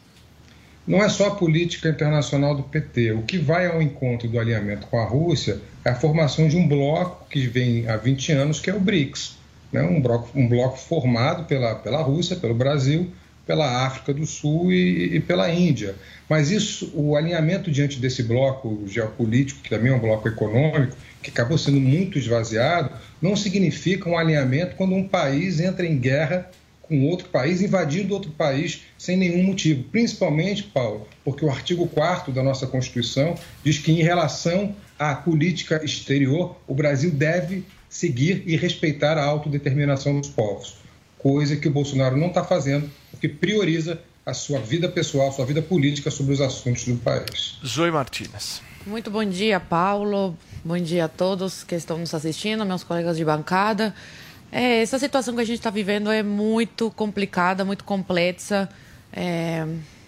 Não é só a política internacional do P T. O que vai ao encontro do alinhamento com a Rússia é a formação de um bloco que vem há vinte anos, que é o BRICS. Né? Um, bloco, um bloco formado pela, pela Rússia, pelo Brasil, pela África do Sul e, e pela Índia. Mas isso, o alinhamento diante desse bloco geopolítico, que também é um bloco econômico, que acabou sendo muito esvaziado, não significa um alinhamento quando um país entra em guerra com outro país, invadindo outro país sem nenhum motivo. Principalmente, Paulo, porque o artigo quarto da nossa Constituição diz que, em relação à política exterior, o Brasil deve seguir e respeitar a autodeterminação dos povos, coisa que o Bolsonaro não está fazendo, porque prioriza a sua vida pessoal, a sua vida política sobre os assuntos do país. Zoe Martínez. Muito bom dia, Paulo. Bom dia a todos que estão nos assistindo, meus colegas de bancada. É, essa situação que a gente está vivendo é muito complicada, muito complexa. É...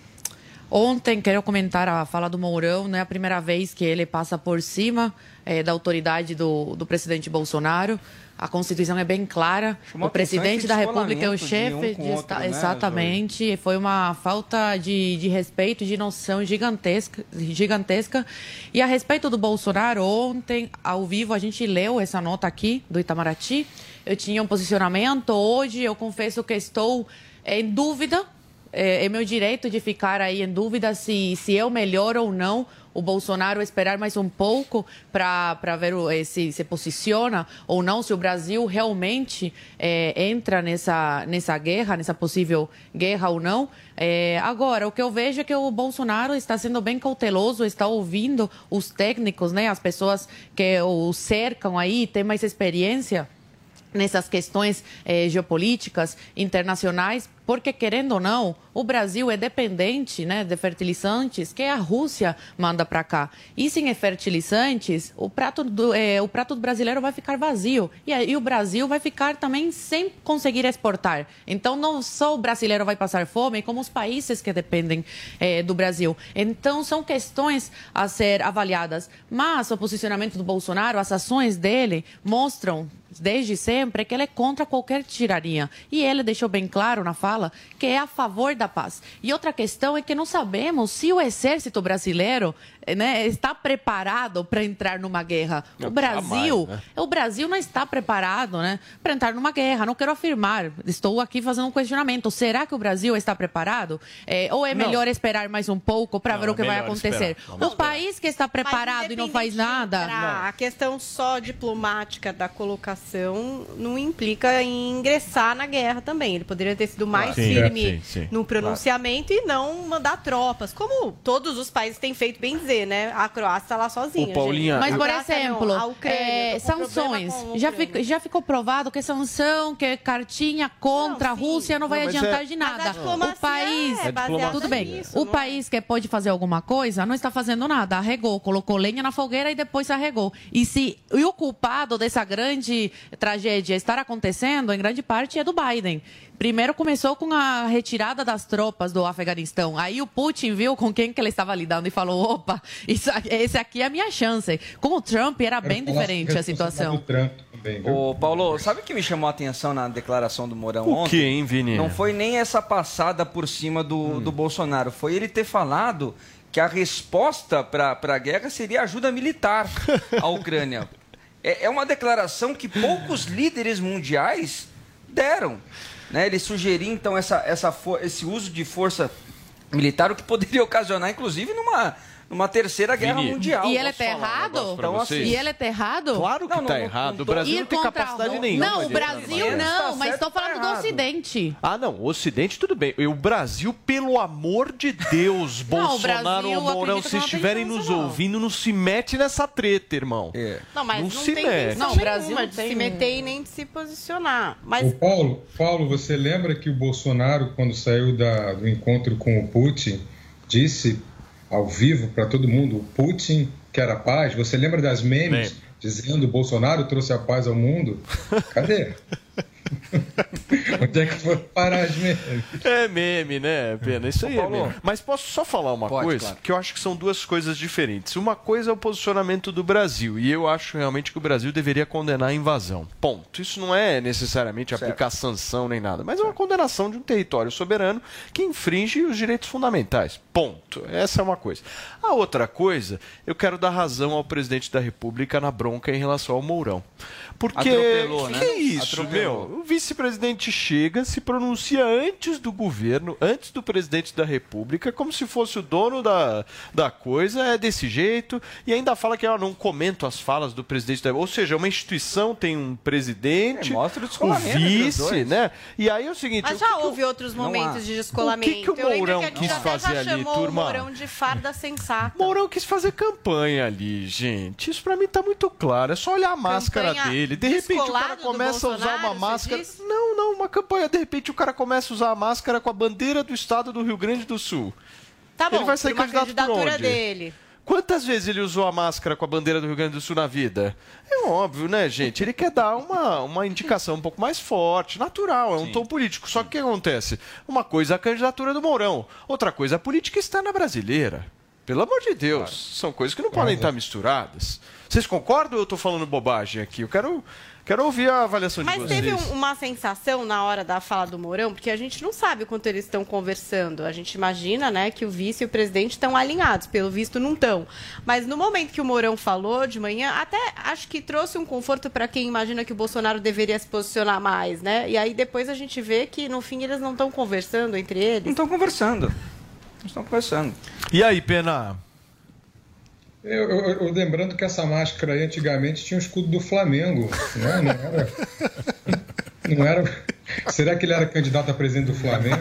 Ontem, quero comentar a fala do Mourão, não é a primeira vez que ele passa por cima é, da autoridade do, do presidente Bolsonaro. A Constituição é bem clara. Chamou o presidente da República é o chefe de um de outro, Estado. né, Exatamente. Zoe? Foi uma falta de, de respeito, de noção gigantesca, gigantesca. E a respeito do Bolsonaro, ontem, ao vivo, a gente leu essa nota aqui do Itamaraty. Eu tinha um posicionamento. Hoje, eu confesso que estou em dúvida. É, é meu direito de ficar aí em dúvida se, se eu melhoro ou não o Bolsonaro, esperar mais um pouco para ver o, se se posiciona ou não, se o Brasil realmente é, entra nessa, nessa guerra, nessa possível guerra ou não. É, agora, o que eu vejo é que o Bolsonaro está sendo bem cauteloso, está ouvindo os técnicos, né, as pessoas que o cercam aí, têm mais experiência nessas questões eh, geopolíticas internacionais, porque, querendo ou não, o Brasil é dependente, né, de fertilizantes que a Rússia manda para cá. E sem fertilizantes, o prato, do, eh, o prato do brasileiro vai ficar vazio. E aí o Brasil vai ficar também sem conseguir exportar. Então, não só o brasileiro vai passar fome, como os países que dependem eh, do Brasil. Então, são questões a ser avaliadas. Mas o posicionamento do Bolsonaro, as ações dele, mostram desde sempre que ele é contra qualquer tirania. E ele deixou bem claro na fala que é a favor da paz. E outra questão é que não sabemos se o exército brasileiro, né, está preparado para entrar numa guerra. O Não, Brasil, jamais, né? o Brasil não está preparado, né, para entrar numa guerra. Não quero afirmar. Estou aqui fazendo um questionamento. Será que o Brasil está preparado? É, ou é Não. melhor esperar mais um pouco para Não, ver é o que vai melhor acontecer? esperar. Vamos O país que está preparado e não faz nada. A questão só diplomática da colocação não implica em ingressar na guerra também. Ele poderia ter sido mais Sim, firme sim, sim. no pronunciamento e não mandar tropas, como todos os países têm feito, bem dizer, né? A Croácia está lá sozinha. Ô, Paulinha, gente. Mas, A por Croácia não, exemplo, a Ucrânia, é, eu tô com sanções. problema com a Já, Ucrânia. fic- já ficou provado que sanção, que cartinha contra a Rússia não vai Não, mas adiantar é- de Mas a nada. diplomacia O país. é baseada Tudo bem. nisso, O não é? país que pode fazer alguma coisa não está fazendo nada. Arregou, colocou lenha na fogueira e depois arregou. E se e o culpado dessa grande tragédia estar acontecendo, em grande parte, é do Biden. Primeiro começou com a retirada das tropas do Afeganistão. Aí o Putin viu com quem que ele estava lidando e falou, opa, isso, esse aqui é a minha chance. Com o Trump era bem diferente a situação. Ô, Paulo, sabe o que me chamou a atenção na declaração do Mourão O ontem? quê, hein, Vini? Não foi nem essa passada por cima do, Hum. do Bolsonaro, foi ele ter falado que a resposta para a guerra seria ajuda militar à Ucrânia. É, é uma declaração que poucos líderes mundiais deram. Né? Ele sugeriu, então, essa, essa, for- esse uso de força militar, o que poderia ocasionar, inclusive, numa, numa terceira guerra Vini, mundial. E ele Posso está falar um errado? negócio pra vocês? E ele está errado? Claro que Não, tá não, errado. não O tô- Brasil Ir não tem contra capacidade a- nenhuma. Não, o de- Brasil Tá não, mas certo, estou falando tá do errado. Ocidente. Ah, não. O Ocidente, tudo bem. E o Brasil, pelo amor de Deus, Não, o Bolsonaro Brasil, ou Mourão, acredito que se não tem estiverem chance, nos não. ouvindo, não se mete nessa treta, irmão. É. Não, mas Não não, se tem mete. intenção Não, o Brasil nenhuma não de tem- se meter e nem de se posicionar. Mas O Paulo, Paulo, você lembra que o Bolsonaro, quando saiu da- do encontro com o Putin, disse ao vivo para todo mundo, o Putin quer a paz? Você lembra das memes Lembro. dizendo o Bolsonaro trouxe a paz ao mundo? Cadê? Onde é que foi parar as memes? É meme, né, Pena? Isso aí Ô, é Paulo. meme. Mas posso só falar uma Pode, coisa? claro. Que eu acho que são duas coisas diferentes. Uma coisa é o posicionamento do Brasil. E eu acho realmente que o Brasil deveria condenar a invasão. Ponto. Isso não é necessariamente Certo. aplicar sanção nem nada. Mas é uma condenação de um território soberano que infringe os direitos fundamentais. Ponto. Essa é uma coisa. A outra coisa, eu quero dar razão ao presidente da República na bronca em relação ao Mourão. Porque. Atropelou, que né? é isso, Atropelou. meu? O vice-presidente chega, se pronuncia antes do governo, antes do presidente da República, como se fosse o dono da, da coisa, é desse jeito, e ainda fala que eu não comento as falas do presidente da República. Ou seja, uma instituição tem um presidente, É, mostra o o descolamento entre os vice, dois. né? E aí é o seguinte... Mas o já que que houve outros Não há. momentos de descolamento. O que que o Eu lembro Mourão que a gente quis até fazer já ali, chamou turma? o Mourão de farda sensata. Mourão quis fazer campanha ali, gente. Isso pra mim tá muito claro. É só olhar a máscara Campanha dele. De repente o cara descolado do começa a usar uma Bolsonaro, você máscara. diz? Não, não, uma campanha. De repente o cara começa a usar a máscara com a bandeira do estado do Rio Grande do Sul. Tá bom, Ele vai sair por uma candidato por candidatura onde? dele. Quantas vezes ele usou a máscara com a bandeira do Rio Grande do Sul na vida? É óbvio, né, gente? Ele quer dar uma, uma indicação um pouco mais forte, natural, é um Sim. tom político. Só que o que acontece? Uma coisa é a candidatura do Mourão, outra coisa é a política externa brasileira. Pelo amor de Deus, claro. São coisas que não podem claro. estar misturadas. Vocês concordam ou eu estou falando bobagem aqui? Eu quero... Quero ouvir a avaliação de Mas vocês. Mas teve um, uma sensação na hora da fala do Mourão, porque a gente não sabe o quanto eles estão conversando. A gente imagina, né, que o vice e o presidente estão alinhados, pelo visto não estão. Mas no momento que o Mourão falou de manhã, até acho que trouxe um conforto para quem imagina que o Bolsonaro deveria se posicionar mais, né? E aí depois a gente vê que no fim eles não estão conversando entre eles. Não estão conversando. Não estão conversando. E aí, Pena? Eu, eu, eu lembrando que essa máscara aí antigamente tinha o escudo do Flamengo, né? Não era, não era. Será que ele era candidato a presidente do Flamengo?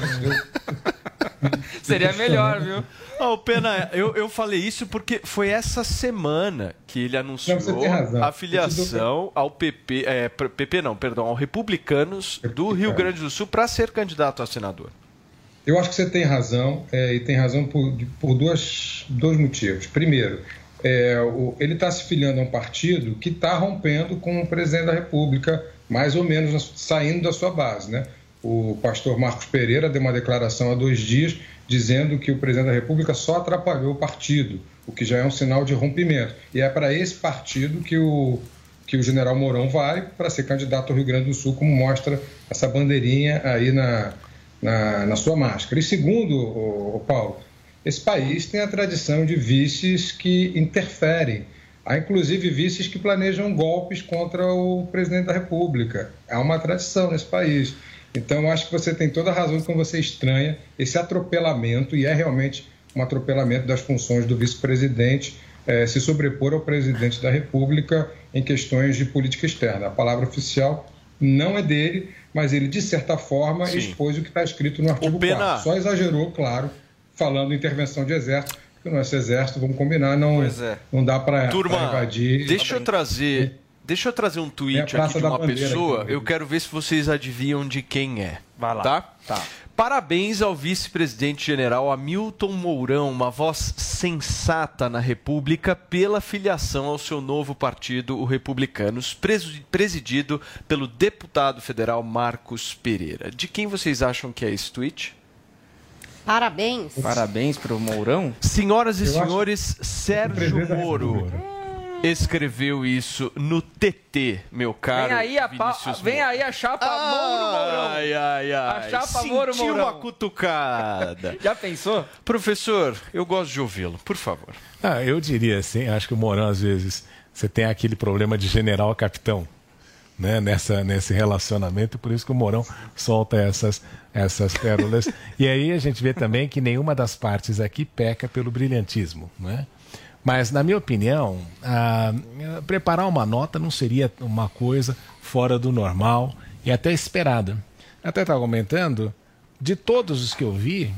Seria melhor, viu? Oh, Pena, eu, eu falei isso porque foi essa semana que ele anunciou não, a filiação ao P P, é, P P não, perdão, ao Republicanos do Rio Grande do Sul para ser candidato a senador. Eu acho que você tem razão, é, e tem razão por, por duas, dois motivos. Primeiro, é, o, ele está se filiando a um partido que está rompendo com o presidente da República, mais ou menos saindo da sua base, né? O pastor Marcos Pereira deu uma declaração há dois dias dizendo que o presidente da República só atrapalhou o partido, o que já é um sinal de rompimento. E é para esse partido que o, que o general Mourão vai para ser candidato ao Rio Grande do Sul, como mostra essa bandeirinha aí na... Na, na sua máscara. E segundo, o, o Paulo, esse país tem a tradição de vices que interferem. Há inclusive vices que planejam golpes contra o presidente da República. Há uma tradição nesse país. Então, eu acho que você tem toda a razão quando você estranha esse atropelamento, e é realmente um atropelamento das funções do vice-presidente eh, se sobrepor ao presidente da República em questões de política externa. A palavra oficial não é dele, mas ele, de certa forma, Sim. expôs o que está escrito no artigo quatro. Só exagerou, claro, falando intervenção de exército, porque o nosso exército, vamos combinar, não, é. não dá para invadir. Deixa eu trazer, deixa eu trazer um tweet aqui de uma pessoa, aqui, eu quero ver se vocês adivinham de quem é. Vai lá. Tá? Tá. Parabéns ao vice-presidente general Hamilton Mourão, uma voz sensata na República, pela filiação ao seu novo partido, o Republicanos, presidido pelo deputado federal Marcos Pereira. De quem vocês acham que é esse tweet? Parabéns. Parabéns para o Mourão. Senhoras e Eu senhores, Sérgio Moro escreveu isso no T T, meu caro Vem aí a, pa... Vem aí a chapa ah, Moro Mourão. Ai, ai, ai. A chapa Sentiu Moro Mourão. uma cutucada. Já pensou? Professor, eu gosto de ouvi-lo, por favor. Ah, eu diria assim, acho que o Mourão, às vezes, você tem aquele problema de general a capitão, né, nessa, nesse relacionamento, por isso que o Mourão solta essas, essas pérolas. E aí a gente vê também que nenhuma das partes aqui peca pelo brilhantismo, né? Mas, na minha opinião, ah, preparar uma nota não seria uma coisa fora do normal e até esperada. Até estava comentando, de todos os que eu vi,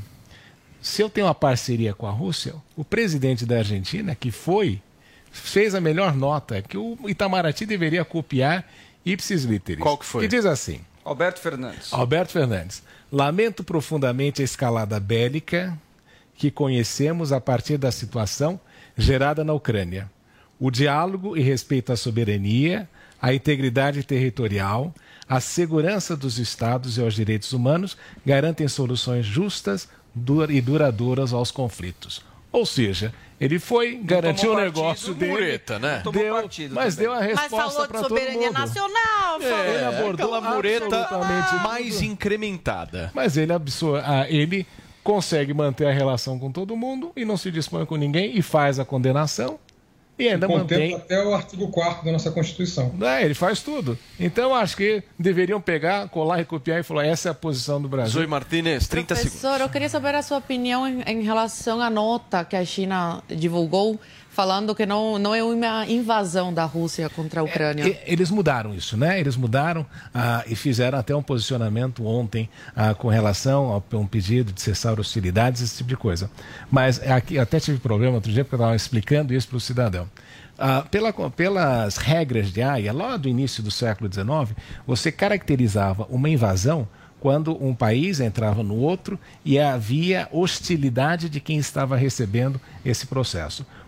se eu tenho uma parceria com a Rússia, o presidente da Argentina, que foi, fez a melhor nota, que o Itamaraty deveria copiar ipsis literis. Qual que foi? Que diz assim... Alberto Fernandes. Alberto Fernandes. Lamento profundamente a escalada bélica que conhecemos a partir da situação gerada na Ucrânia. O diálogo e respeito à soberania, à integridade territorial, à segurança dos Estados e aos direitos humanos garantem soluções justas e duradouras aos conflitos. Ou seja, ele foi, garantiu o negócio dele, mureta, né? deu, mas deu a resposta para todo mundo. Mas falou de soberania nacional, falou. É, ele abordou aquela mureta mais tudo. incrementada. Mas ele, absor- ah, ele consegue manter a relação com todo mundo e não se dispõe com ninguém e faz a condenação e ainda mantém... até o artigo quarto da nossa Constituição. É, ele faz tudo. Então, acho que deveriam pegar, colar e copiar e falar, essa é a posição do Brasil. Zoe Martínez, trinta Professor, segundos. Professor, eu queria saber a sua opinião em, em relação à nota que a China divulgou, falando que não, não é uma invasão da Rússia contra a Ucrânia. É, eles mudaram isso, né? Eles mudaram ah, e fizeram até um posicionamento ontem ah, com relação a um pedido de cessar hostilidades, esse tipo de coisa. Mas aqui até tive problema outro dia, porque eu estava explicando isso para o cidadão. Ah, pela, pelas regras de Haia, lá do início do século dezenove, você caracterizava uma invasão quando um país entrava no outro e havia hostilidade de quem estava recebendo esse processo.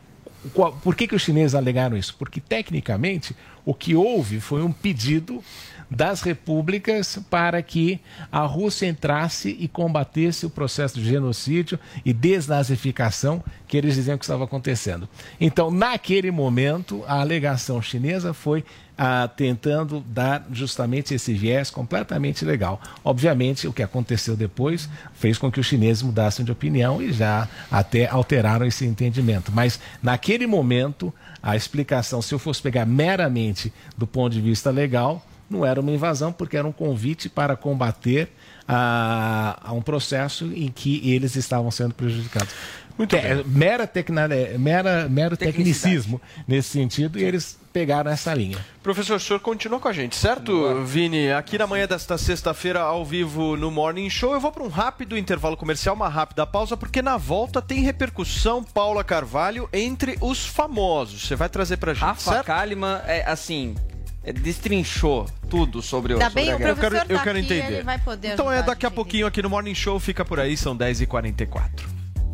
qual, por que, que os chineses alegaram isso? Porque, tecnicamente, o que houve foi um pedido das repúblicas para que a Rússia entrasse e combatesse o processo de genocídio e desnazificação que eles diziam que estava acontecendo. Então, naquele momento, a alegação chinesa foi ah, tentando dar justamente esse viés completamente legal. Obviamente, o que aconteceu depois fez com que os chineses mudassem de opinião e já até alteraram esse entendimento. Mas, naquele momento, a explicação, se eu fosse pegar meramente do ponto de vista legal, não era uma invasão, porque era um convite para combater a, a um processo em que eles estavam sendo prejudicados. Muito é, mera, tecna, mera mero tecnicismo nesse sentido, e eles pegaram essa linha. Professor, o senhor continua com a gente, certo, Vini? Aqui na manhã desta sexta-feira, ao vivo no Morning Show, eu vou para um rápido intervalo comercial, uma rápida pausa, porque na volta tem repercussão, Paula Carvalho, entre os famosos. Você vai trazer para a gente, Rafa certo? Kalimann, é assim... destrinchou tudo sobre o Ainda bem, sobre o a professor Eu quero, eu tá quero aqui, entender. ele vai poder Então é ajudar daqui a pouquinho aqui no Morning Show, fica por aí, são dez e quarenta e quatro.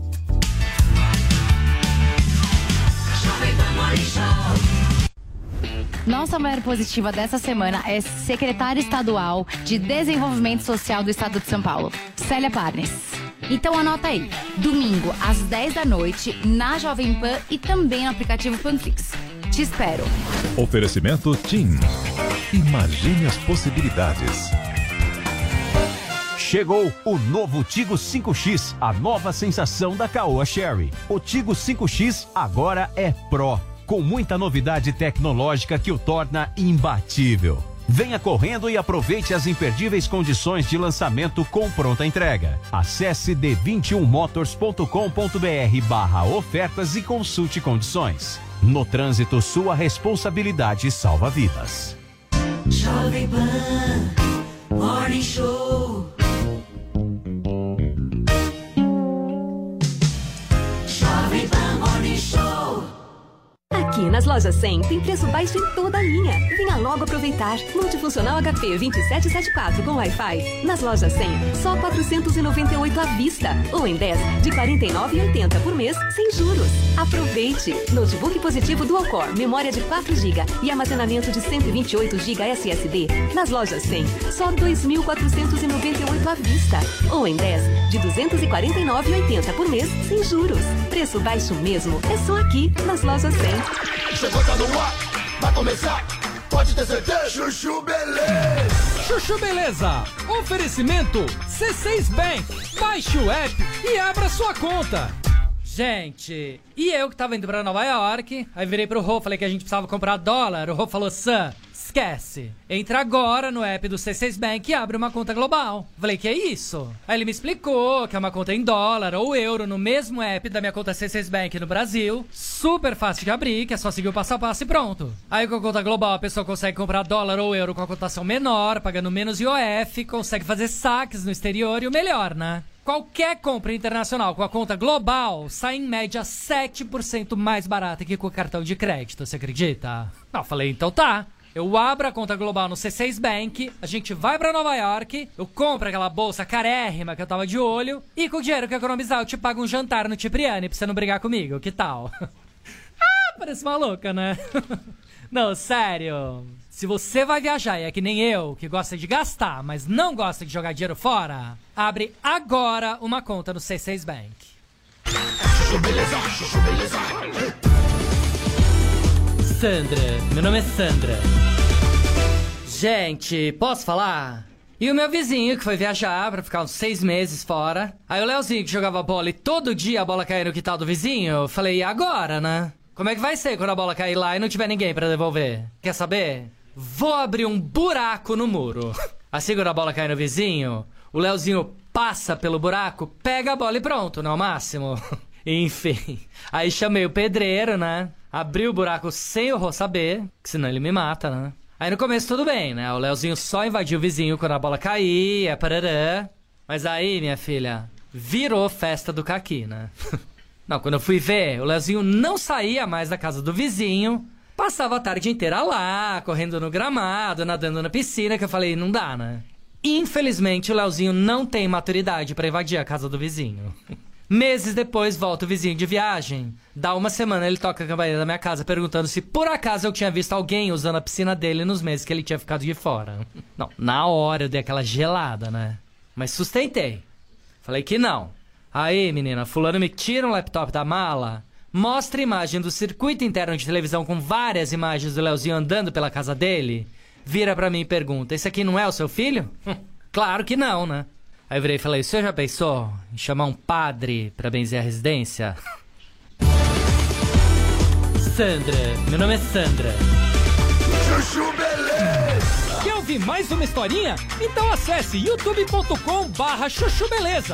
Nossa mulher positiva dessa semana é secretária estadual de Desenvolvimento Social do Estado de São Paulo, Célia Parnes. Então anota aí, domingo às dez da noite, na Jovem Pan e também no aplicativo Panflix. Te espero. Oferecimento TIM. Imagine as possibilidades. Chegou o novo Tigo cinco X, a nova sensação da Caoa Chery. O Tigo cinco X agora é Pro, com muita novidade tecnológica que o torna imbatível. Venha correndo e aproveite as imperdíveis condições de lançamento com pronta entrega. Acesse d vinte e um motors ponto com ponto b r barra ofertas e consulte condições. No trânsito, sua responsabilidade salva vidas. Jovem Pan Morning Show. Jovem Pan Morning Show. Aqui nas Lojas cem tem preço baixo em toda a linha. Venha logo aproveitar. Multifuncional H P vinte e sete setenta e quatro com Wi-Fi. Nas Lojas cem, só quatrocentos e noventa e oito à vista. Ou em dez de quarenta e nove reais e oitenta centavos por mês, sem juros. Aproveite! Notebook positivo Dual Core, memória de quatro gigabytes e armazenamento de cento e vinte e oito gigabytes S S D. Nas Lojas cem, só dois mil quatrocentos e noventa e oito à vista. Ou em dez de duzentos e quarenta e nove reais e oitenta centavos por mês, sem juros. Preço baixo mesmo, é só aqui nas Lojas cem. Chegou, tá no ar, vai começar, pode ter certeza. Chuchu Beleza. Chuchu Beleza. Oferecimento C seis Bank. Baixe o app e abra sua conta. Gente, e eu que tava indo pra Nova York, aí virei pro Rô, falei que a gente precisava comprar dólar. O Rô falou, Sam, esquece. Entra agora no app do C seis Bank e abre uma conta global. Falei, que é isso? Aí ele me explicou que é uma conta em dólar ou euro no mesmo app da minha conta C seis Bank no Brasil. Super fácil de abrir, que é só seguir o passo a passo e pronto. Aí com a conta global a pessoa consegue comprar dólar ou euro com a cotação menor, pagando menos I O F, consegue fazer saques no exterior e o melhor, né? Qualquer compra internacional com a conta global sai em média sete por cento mais barata que com o cartão de crédito, você acredita? Não, falei, então tá. Eu abro a conta global no C seis Bank, a gente vai pra Nova York, eu compro aquela bolsa carérrima que eu tava de olho, e com o dinheiro que eu economizar eu te pago um jantar no Cipriani pra você não brigar comigo, que tal? Ah, parece maluca, né? Não, sério. Se você vai viajar e é que nem eu, que gosta de gastar, mas não gosta de jogar dinheiro fora, abre agora uma conta no C seis Bank. Sandra, meu nome é Sandra. Gente, posso falar? E o meu vizinho que foi viajar pra ficar uns seis meses fora. Aí o Leozinho que jogava bola e todo dia a bola caía no quintal do vizinho, eu falei, e agora, né? Como é que vai ser quando a bola cair lá e não tiver ninguém pra devolver? Quer saber? Vou abrir um buraco no muro. Assim quando a bola cai no vizinho, o Leozinho passa pelo buraco, pega a bola e pronto, não é o máximo? Enfim, aí chamei o pedreiro, né? Abri o buraco sem o Rô saber, que senão ele me mata, né? Aí no começo tudo bem, né? O Leozinho só invadiu o vizinho quando a bola caía, parará. Mas aí, minha filha, virou festa do caqui, né? Não, quando eu fui ver, o Leozinho não saía mais da casa do vizinho, passava a tarde inteira lá, correndo no gramado, nadando na piscina, que eu falei, não dá, né? Infelizmente, o Leozinho não tem maturidade pra invadir a casa do vizinho. Meses depois, volta o vizinho de viagem. Dá uma semana, ele toca a campainha da minha casa perguntando se por acaso eu tinha visto alguém usando a piscina dele nos meses que ele tinha ficado de fora. Não, na hora eu dei aquela gelada, né? Mas sustentei. Falei que não. Aí, menina, fulano me tira um laptop da mala, mostra a imagem do circuito interno de televisão com várias imagens do Leozinho andando pela casa dele, vira pra mim e pergunta, esse aqui não é o seu filho? Claro que não, né? Aí eu virei e falei, você já pensou em chamar um padre pra benzer a residência? Sandra, meu nome é Sandra. Chuchu Beleza! Quer ouvir mais uma historinha? Então acesse youtube ponto com barra chuchu beleza.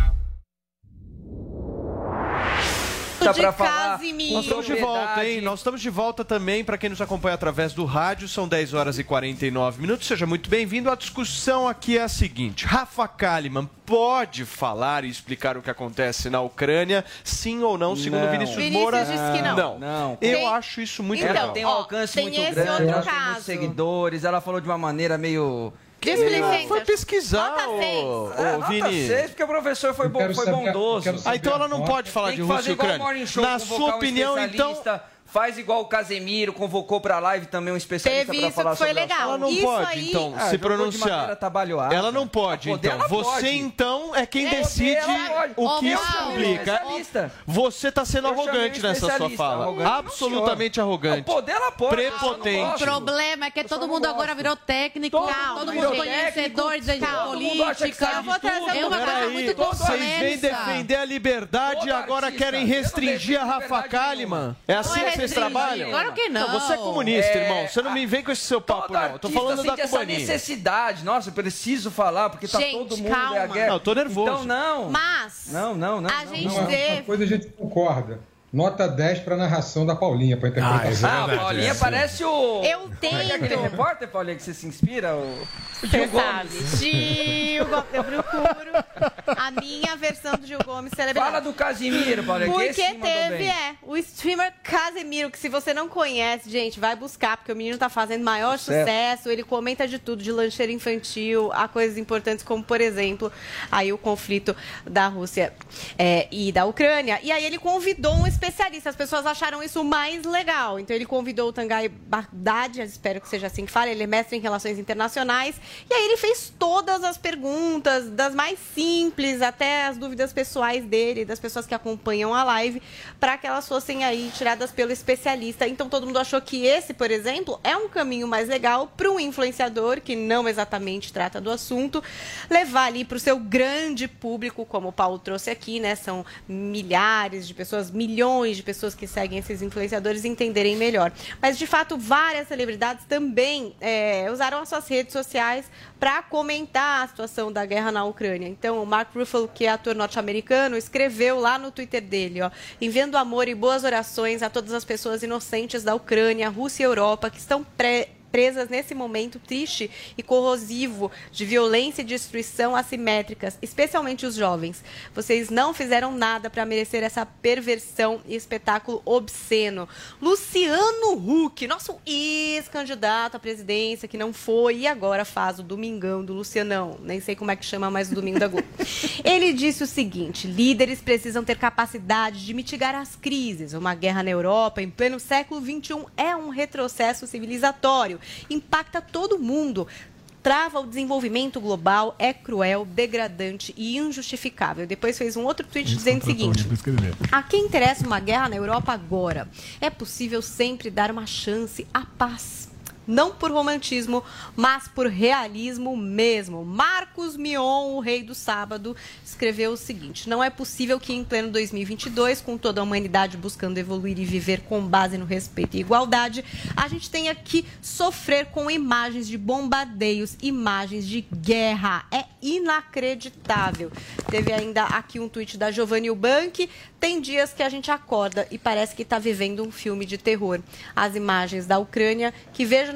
Dá de pra falar. Casimiro. Nós estamos de volta, hein? Nós estamos de volta também para quem nos acompanha através do rádio. São dez horas e quarenta e nove minutos. Seja muito bem-vindo. A discussão aqui é a seguinte: Rafa Kalimann pode falar e explicar o que acontece na Ucrânia, sim ou não, segundo Não. Vinícius Vinícius Moura? disse que não. Não. Não. Eu Tem- acho isso muito Ela legal. tem um alcance tem muito esse grande, outro ela tem caso. muitos seguidores, ela falou de uma maneira meio... Que Displicente. foi pesquisar, Nota seis. ô, É, ô, nota Vini. seis, porque o professor foi, Eu bom, quero foi saber- bondoso. eu quero saber Ah, então ela não a nota. pode falar Tem de que Rússia fazer e igual o Ucrânia. Morning Show, Na convocar sua um opinião, especialista, faz igual o Casemiro, convocou pra live também um especialista Teve pra isso falar que foi sobre o legal. Ela não Isso pode, aí- então, Ah, se jogou de pronunciar. maneira atabalhoada. Ela não pode, Poder, então. ela Você, pode. então, é quem É, decide ela pode. o que Ô, isso Paulo, implica. especialista. Você está sendo Eu chamei arrogante um nessa sua especialista. fala. Arrogante não, Absolutamente senhor. arrogante. O poder ela pode. Prepotente. O problema é que todo mundo agora virou técnico, Calma, todo virou mundo conhecedor de Calma. Todo mundo acha que política. sabe Eu vou de tudo. trazer É uma coisa Peraí, muito vocês vêm complexa. defender a liberdade e Todo agora artista. querem Eu não restringir a defendo Rafa liberdade Kalimann? É assim Não é que vocês restringir. trabalham? Claro que não. Você é comunista, É, irmão. Você não me vem com esse seu papo, Todo não. Eu tô artista falando da sente essa cubaninha. necessidade. Nossa, eu preciso falar, porque tá Gente, todo mundo é a calma. guerra. Não, eu tô nervoso. Então não. Mas Não, não, não. a não, gente não. Uma, uma teve... coisa a gente concorda. Nota dez para a narração da Paulinha, para interpretação. Ah, a Paulinha parece o... Eu Como é que é aquele tento. repórter, Paulinha, que você se inspira? O, o Você Gil sabe, Gomes. Gil Gomes. Eu procuro a minha versão do Gil Gomes celebrar. Fala do Casimiro, Paulinha, que Porque esse mandou teve, bem. é, o streamer Casemiro, que se você não conhece, gente, vai buscar, porque o menino tá fazendo maior Sucesso. sucesso, ele comenta de tudo, de lancheira infantil, a coisas importantes como, por exemplo, aí o conflito da Rússia é, e da Ucrânia. E aí ele convidou um especialista, as pessoas acharam isso mais legal. Então ele convidou o Tanguy Baghdadi, espero que seja assim que fala, ele é mestre em relações internacionais, e aí ele fez todas as perguntas, das mais simples até as dúvidas pessoais dele, das pessoas que acompanham a live, para que elas fossem aí tiradas pelo especialista. Então todo mundo achou que esse, por exemplo, é um caminho mais legal para um influenciador que não exatamente trata do assunto, levar ali para o seu grande público, como o Paulo trouxe aqui, né? São milhares de pessoas, milhões de pessoas que seguem esses influenciadores entenderem melhor. Mas, de fato, várias celebridades também é, usaram as suas redes sociais para comentar a situação da guerra na Ucrânia. Então, o Mark Ruffalo, que é ator norte-americano, escreveu lá no Twitter dele, ó, enviando amor e boas orações a todas as pessoas inocentes da Ucrânia, Rússia e Europa que estão pré presas nesse momento triste e corrosivo de violência e destruição assimétricas, especialmente os jovens. Vocês não fizeram nada para merecer essa perversão e espetáculo obsceno. Luciano Huck, nosso ex-candidato à presidência, que não foi e agora faz o Domingão do Lucianão. Nem sei como é que chama mais o Domingo da Globo. Ele disse o seguinte: líderes precisam ter capacidade de mitigar as crises. Uma guerra na Europa, em pleno século vinte e um, é um retrocesso civilizatório. Impacta todo mundo. Trava o desenvolvimento global, é cruel, degradante e injustificável. Depois fez um outro tweet dizendo o seguinte: a quem interessa uma guerra na Europa agora? É possível sempre dar uma chance à paz. Não por romantismo, mas por realismo mesmo. Marcos Mion, o rei do sábado, escreveu o seguinte: não é possível que em pleno dois mil e vinte e dois, com toda a humanidade buscando evoluir e viver com base no respeito e igualdade, a gente tenha que sofrer com imagens de bombardeios, imagens de guerra. É inacreditável. Teve ainda aqui um tweet da Giovanni Ubank: tem dias que a gente acorda e parece que está vivendo um filme de terror. As imagens da Ucrânia, que vejo na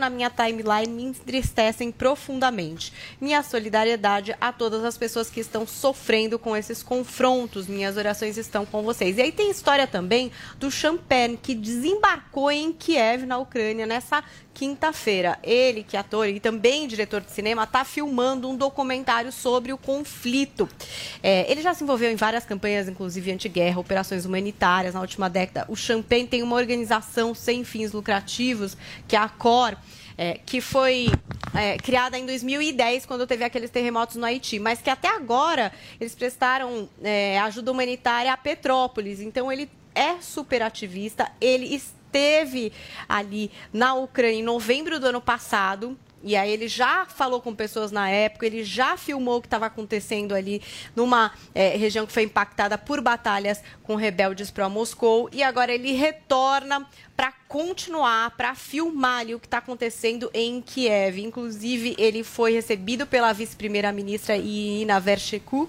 na minha timeline me entristecem profundamente. Minha solidariedade a todas as pessoas que estão sofrendo com esses confrontos. Minhas orações estão com vocês. E aí tem história também do Champagne, que desembarcou em Kiev, na Ucrânia, nessa quinta-feira. Ele, que é ator e também diretor de cinema, está filmando um documentário sobre o conflito. É, ele já se envolveu em várias campanhas, inclusive anti-guerra, operações humanitárias na última década. O Champagne tem uma organização sem fins lucrativos, que é a COR, é, que foi é, criada em dois mil e dez, quando teve aqueles terremotos no Haiti, mas que até agora eles prestaram é, ajuda humanitária a Petrópolis. Então ele é super ativista, ele esteve ali na Ucrânia em novembro do ano passado. E aí ele já falou com pessoas na época, ele já filmou o que estava acontecendo ali numa é, região que foi impactada por batalhas com rebeldes pró-Moscou. E agora ele retorna para continuar, para filmar ali o que está acontecendo em Kiev. Inclusive, ele foi recebido pela vice-primeira-ministra Irina Vereshchuk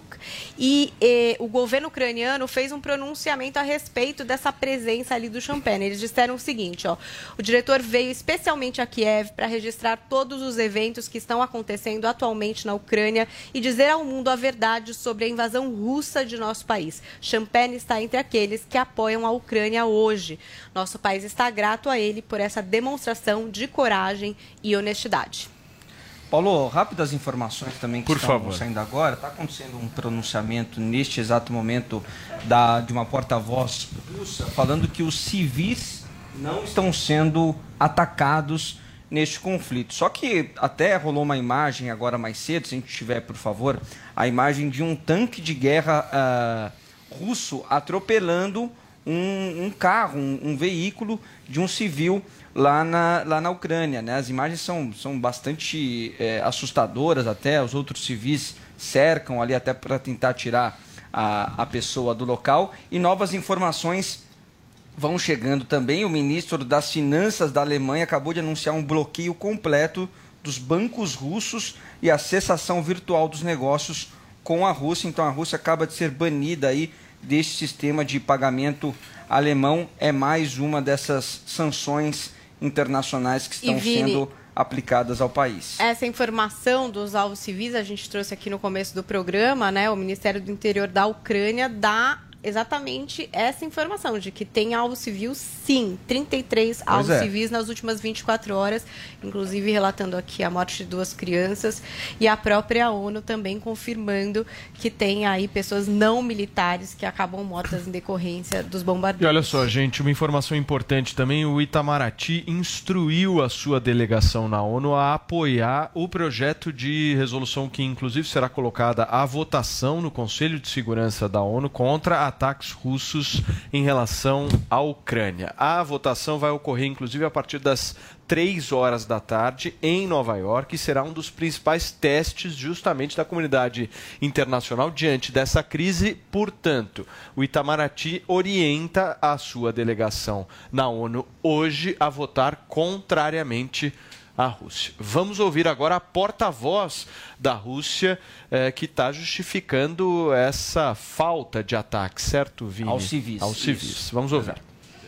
e eh, o governo ucraniano fez um pronunciamento a respeito dessa presença ali do Champagne. Eles disseram o seguinte, ó, o diretor veio especialmente a Kiev para registrar todos os eventos que estão acontecendo atualmente na Ucrânia e dizer ao mundo a verdade sobre a invasão russa de nosso país. Champagne está entre aqueles que apoiam a Ucrânia hoje. Nosso país está grato a ele por essa demonstração de coragem e honestidade. Paulo, rápidas informações também que Por estão favor. saindo agora. Está acontecendo um pronunciamento neste exato momento da, de uma porta-voz russa falando que os civis não estão sendo atacados neste conflito. Só que até rolou uma imagem agora mais cedo, se a gente tiver, por favor, a imagem de um tanque de guerra uh, russo atropelando um, um carro, um, um veículo de um civil lá na, lá na Ucrânia, né? As imagens são, são bastante é, assustadoras até, os outros civis cercam ali até para tentar tirar a, a pessoa do local. E novas informações vão chegando também. O ministro das Finanças da Alemanha acabou de anunciar um bloqueio completo dos bancos russos e a cessação virtual dos negócios com a Rússia. Então a Rússia acaba de ser banida aí deste sistema de pagamento alemão. É mais uma dessas sanções internacionais que estão E, Vini, sendo aplicadas ao país. Essa informação dos alvos civis, a gente trouxe aqui no começo do programa, né? O Ministério do Interior da Ucrânia dá exatamente essa informação, de que tem alvo civil, sim, trinta e três alvos é. civis nas últimas vinte e quatro horas, inclusive relatando aqui a morte de duas crianças, e a própria ONU também confirmando que tem aí pessoas não militares que acabam mortas em decorrência dos bombardeios. E olha só, gente, uma informação importante também, o Itamaraty instruiu a sua delegação na ONU a apoiar o projeto de resolução que, inclusive, será colocada à votação no Conselho de Segurança da ONU contra a ataques russos em relação à Ucrânia. A votação vai ocorrer, inclusive, a partir das três horas da tarde em Nova York e será um dos principais testes justamente da comunidade internacional diante dessa crise. Portanto, o Itamaraty orienta a sua delegação na ONU hoje a votar contrariamente à Rússia. Vamos ouvir agora a porta-voz da Rússia eh, que está justificando essa falta de ataque, certo, Vini? Aos civis. Aos civis. Vamos ouvir.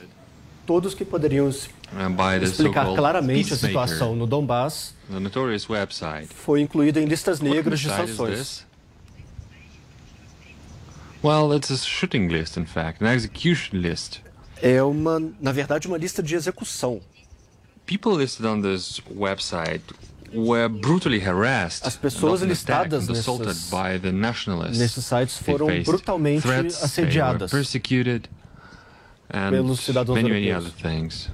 Todos que poderiam explicar claramente a situação no Donbass foi incluído em listas negras de sanções. Well, it's a shooting list, in fact, an execution list. É uma, na verdade, uma lista de execução. People listed on this website were brutally harassed. As pessoas listadas nesses, by the nationalists. nesses sites foram brutalmente threats, assediadas they were persecuted, and pelos cidadãos many, many europeus. other things.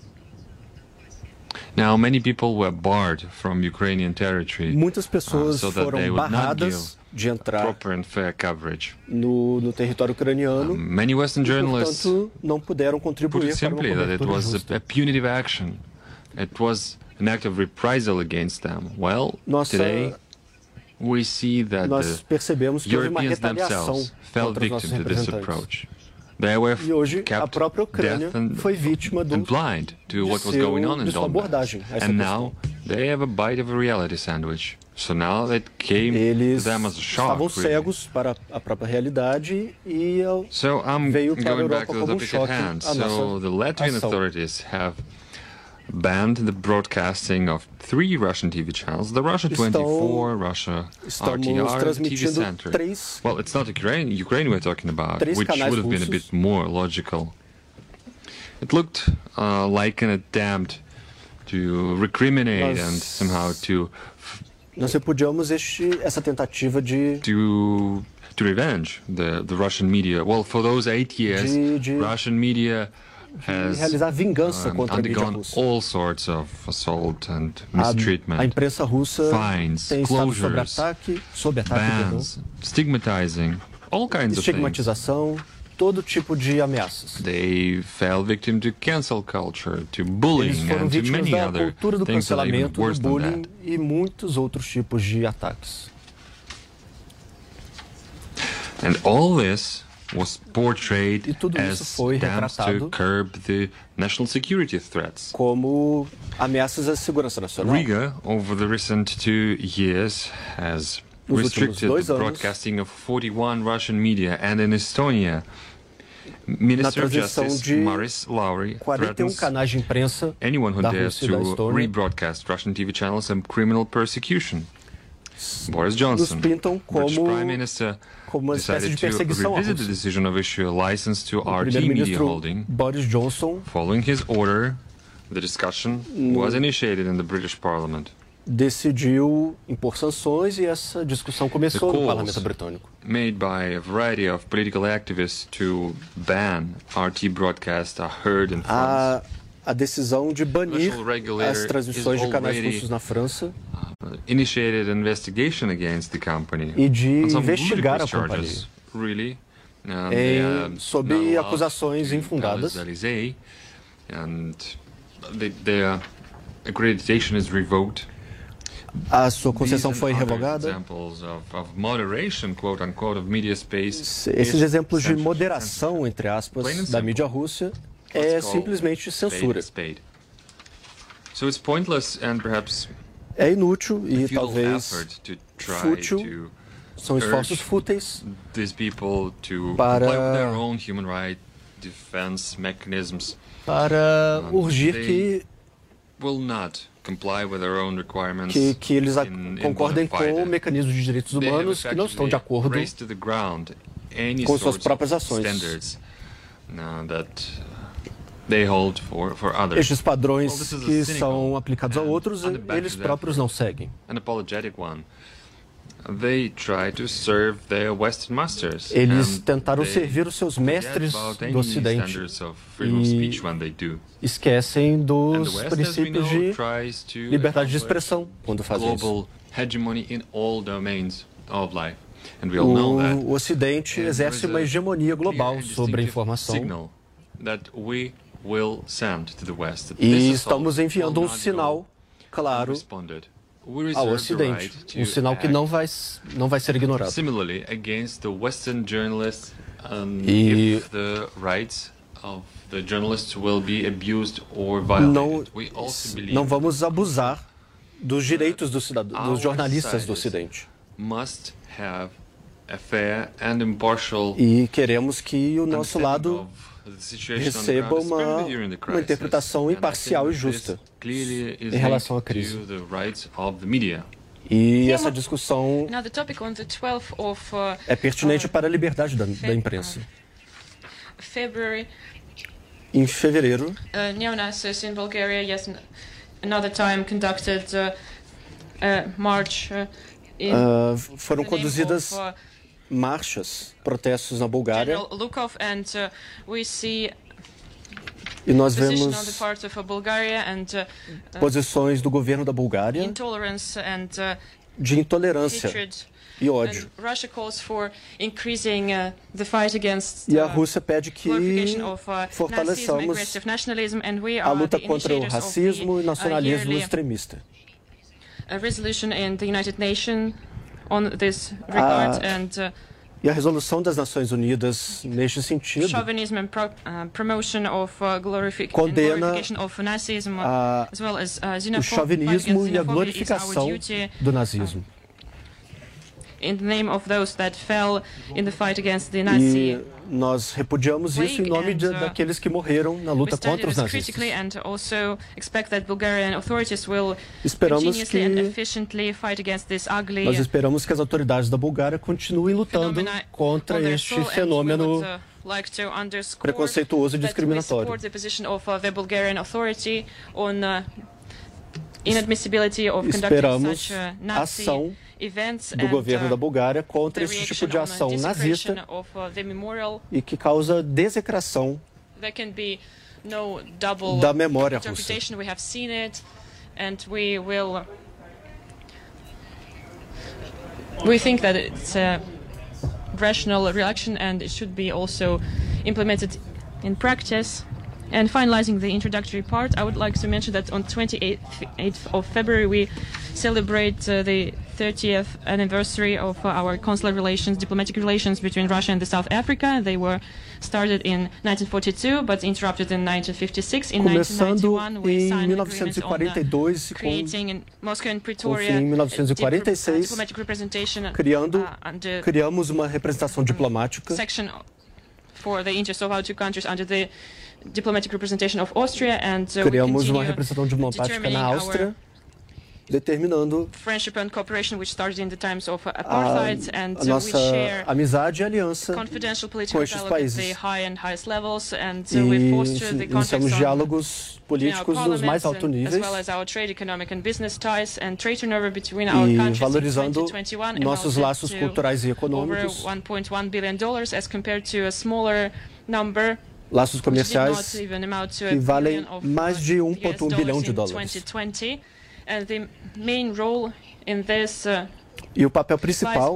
Now, many people were barred from Ukrainian territory, Muitas pessoas uh, so that foram they would not give barradas de entrar proper and fair coverage. no, no território ucraniano. Um, many Western e, journalists portanto, não puderam put contribuir it para uma simply that it cobertura was justa. a, a punitive action. It was an act of reprisal against them. Well, Nossa, today we see that nós the percebemos que houve uma Europeans retaliação themselves fell contra os nossos victim to this representantes. approach. They were E hoje a kept própria Ucrânia deaf and, foi vítima do, and blind to what was seu, going on in de sua Donbass. abordagem a essa And questão. now they have a bite of a reality sandwich. So now it came Eles to them as a shock. estavam Really. cegos para a própria realidade e So I'm veio para a going back Europa to the como um topic at choque hand. a So nossa the Latvian ação. authorities have banned the broadcasting of three Russian T V channels: the Russia twenty-four, Russia R T R, T V Center. Três, well, it's not Ukraine. Ukraine we're talking about, which would have russos. been a bit more logical. It looked uh, like an attempt to recriminate nós, and somehow to. Nós repudiamos este, essa tentativa de. To to revenge the the Russian media. Well, for those eight years, de, de, Russian media. Has realizar vingança um, contra a mídia undergone russa. all sorts of assault and mistreatment, a, a imprensa russa fines, tem estado sob closures, ataque, sob ataque, bans, stigmatizing, all kinds of things. Estigmatização, todo tipo de ameaças. They fell victim to cancel culture, to bullying, and to many da other cultura do things that are even cancelamento, worse do bullying than that. E muitos outros tipos de ataques. And all this was portrayed e tudo isso as foi attempts retratado to curb the national security threats. Como ameaças à segurança nacional. Riga, over the recent two years, has Nos restricted the broadcasting of forty-one Russian media, and in Estonia, Minister of Justice Maris Lauri threatens canais de imprensa anyone who da dares Rússia to rebroadcast Russian T V channels and criminal persecution. Boris Johnson, Nos pintam como, British Prime Minister, como uma espécie de perseguição to revisit the decision of issue a license to R T Media Holding. Boris Johnson, following his order, the discussion was initiated in the British Parliament. Decidiu impor sanções e essa discussão começou no Parlamento Britânico. Made by a variety of political activists to ban R T broadcast are heard in France. A decisão de banir as transmissões de canais russos na França initiated investigation against the company e de investigar a companhia really, um, em, sob acusações infundadas. And the, their accreditation is revoked. A sua concessão foi revogada. Of, of moderation, quote unquote, of media space Esses exemplos de moderação, entre aspas, da mídia russa é simplesmente censura. É inútil e talvez fútil, são esforços fúteis para, para urgir que, que, que eles concordem com mecanismos de direitos humanos que não estão de acordo com suas próprias ações. They hold for, for others. Estes padrões well, que são aplicados a outros, eles próprios não seguem. An apologetic one. They try to serve their Western masters. Eles tentaram servir os seus mestres do Ocidente e esquecem dos princípios de liberdade de expressão quando fazem isso. O Ocidente exerce uma hegemonia global sobre a informação. E estamos enviando um sinal claro ao Ocidente, um sinal que não vai não vai ser ignorado. E não não vamos abusar dos direitos dos, dos jornalistas do Ocidente. E queremos que o nosso lado receba uma, uma interpretação imparcial e justa em relação à crise. E essa discussão é pertinente para a liberdade da, da imprensa. Em fevereiro, neo-Nazis in Bulgaria, yes, another time conducted a march in uh, foram conduzidas marchas, protestos na Bulgária. E nós vemos posições do governo da Bulgária de intolerância e ódio. E a Rússia pede que fortaleçamos a luta contra o racismo e nacionalismo extremista. A, e a resolução das Nações Unidas, neste sentido, condena a, o chauvinismo e a glorificação do nazismo. in the name of those that fell in the fight against the Nazi. E nós repudiamos isso em nome de, daqueles que morreram na luta contra os nazistas. Esperamos que nós esperamos que as autoridades da Bulgária continuem lutando contra este fenômeno preconceituoso e discriminatório. Esperamos a ação do governo da Bulgária contra esse tipo de ação nazista e que causa desecração da memória russa. We think that it's a rational reaction and it should be also implemented in practice. And finalizing the introductory part, I would like to mention that on twenty-eighth of February we celebrate uh, the thirtieth anniversary of uh, our consular relations, diplomatic relations between Russia and the South Africa. They were started in nineteen forty-two, but interrupted in nineteen fifty-six. In nineteen ninety-one, we signed an agreement on uh, creating in Moscow and Pretoria em mil novecentos e quarenta e seis, criando, criamos uma representação diplomática section for the interests of our two countries under the diplomatic representation of Austria, and uh, criamos uma representação diplomática na Áustria, determinando friendship and cooperation which started in the times of apartheid, a, and a nossa we share amizade e aliança com estes países. E iniciamos diálogos políticos nos mais altos níveis e valorizando nossos laços culturais e econômicos, laços comerciais que valem mais de um vírgula um bilhão de dólares. E o papel principal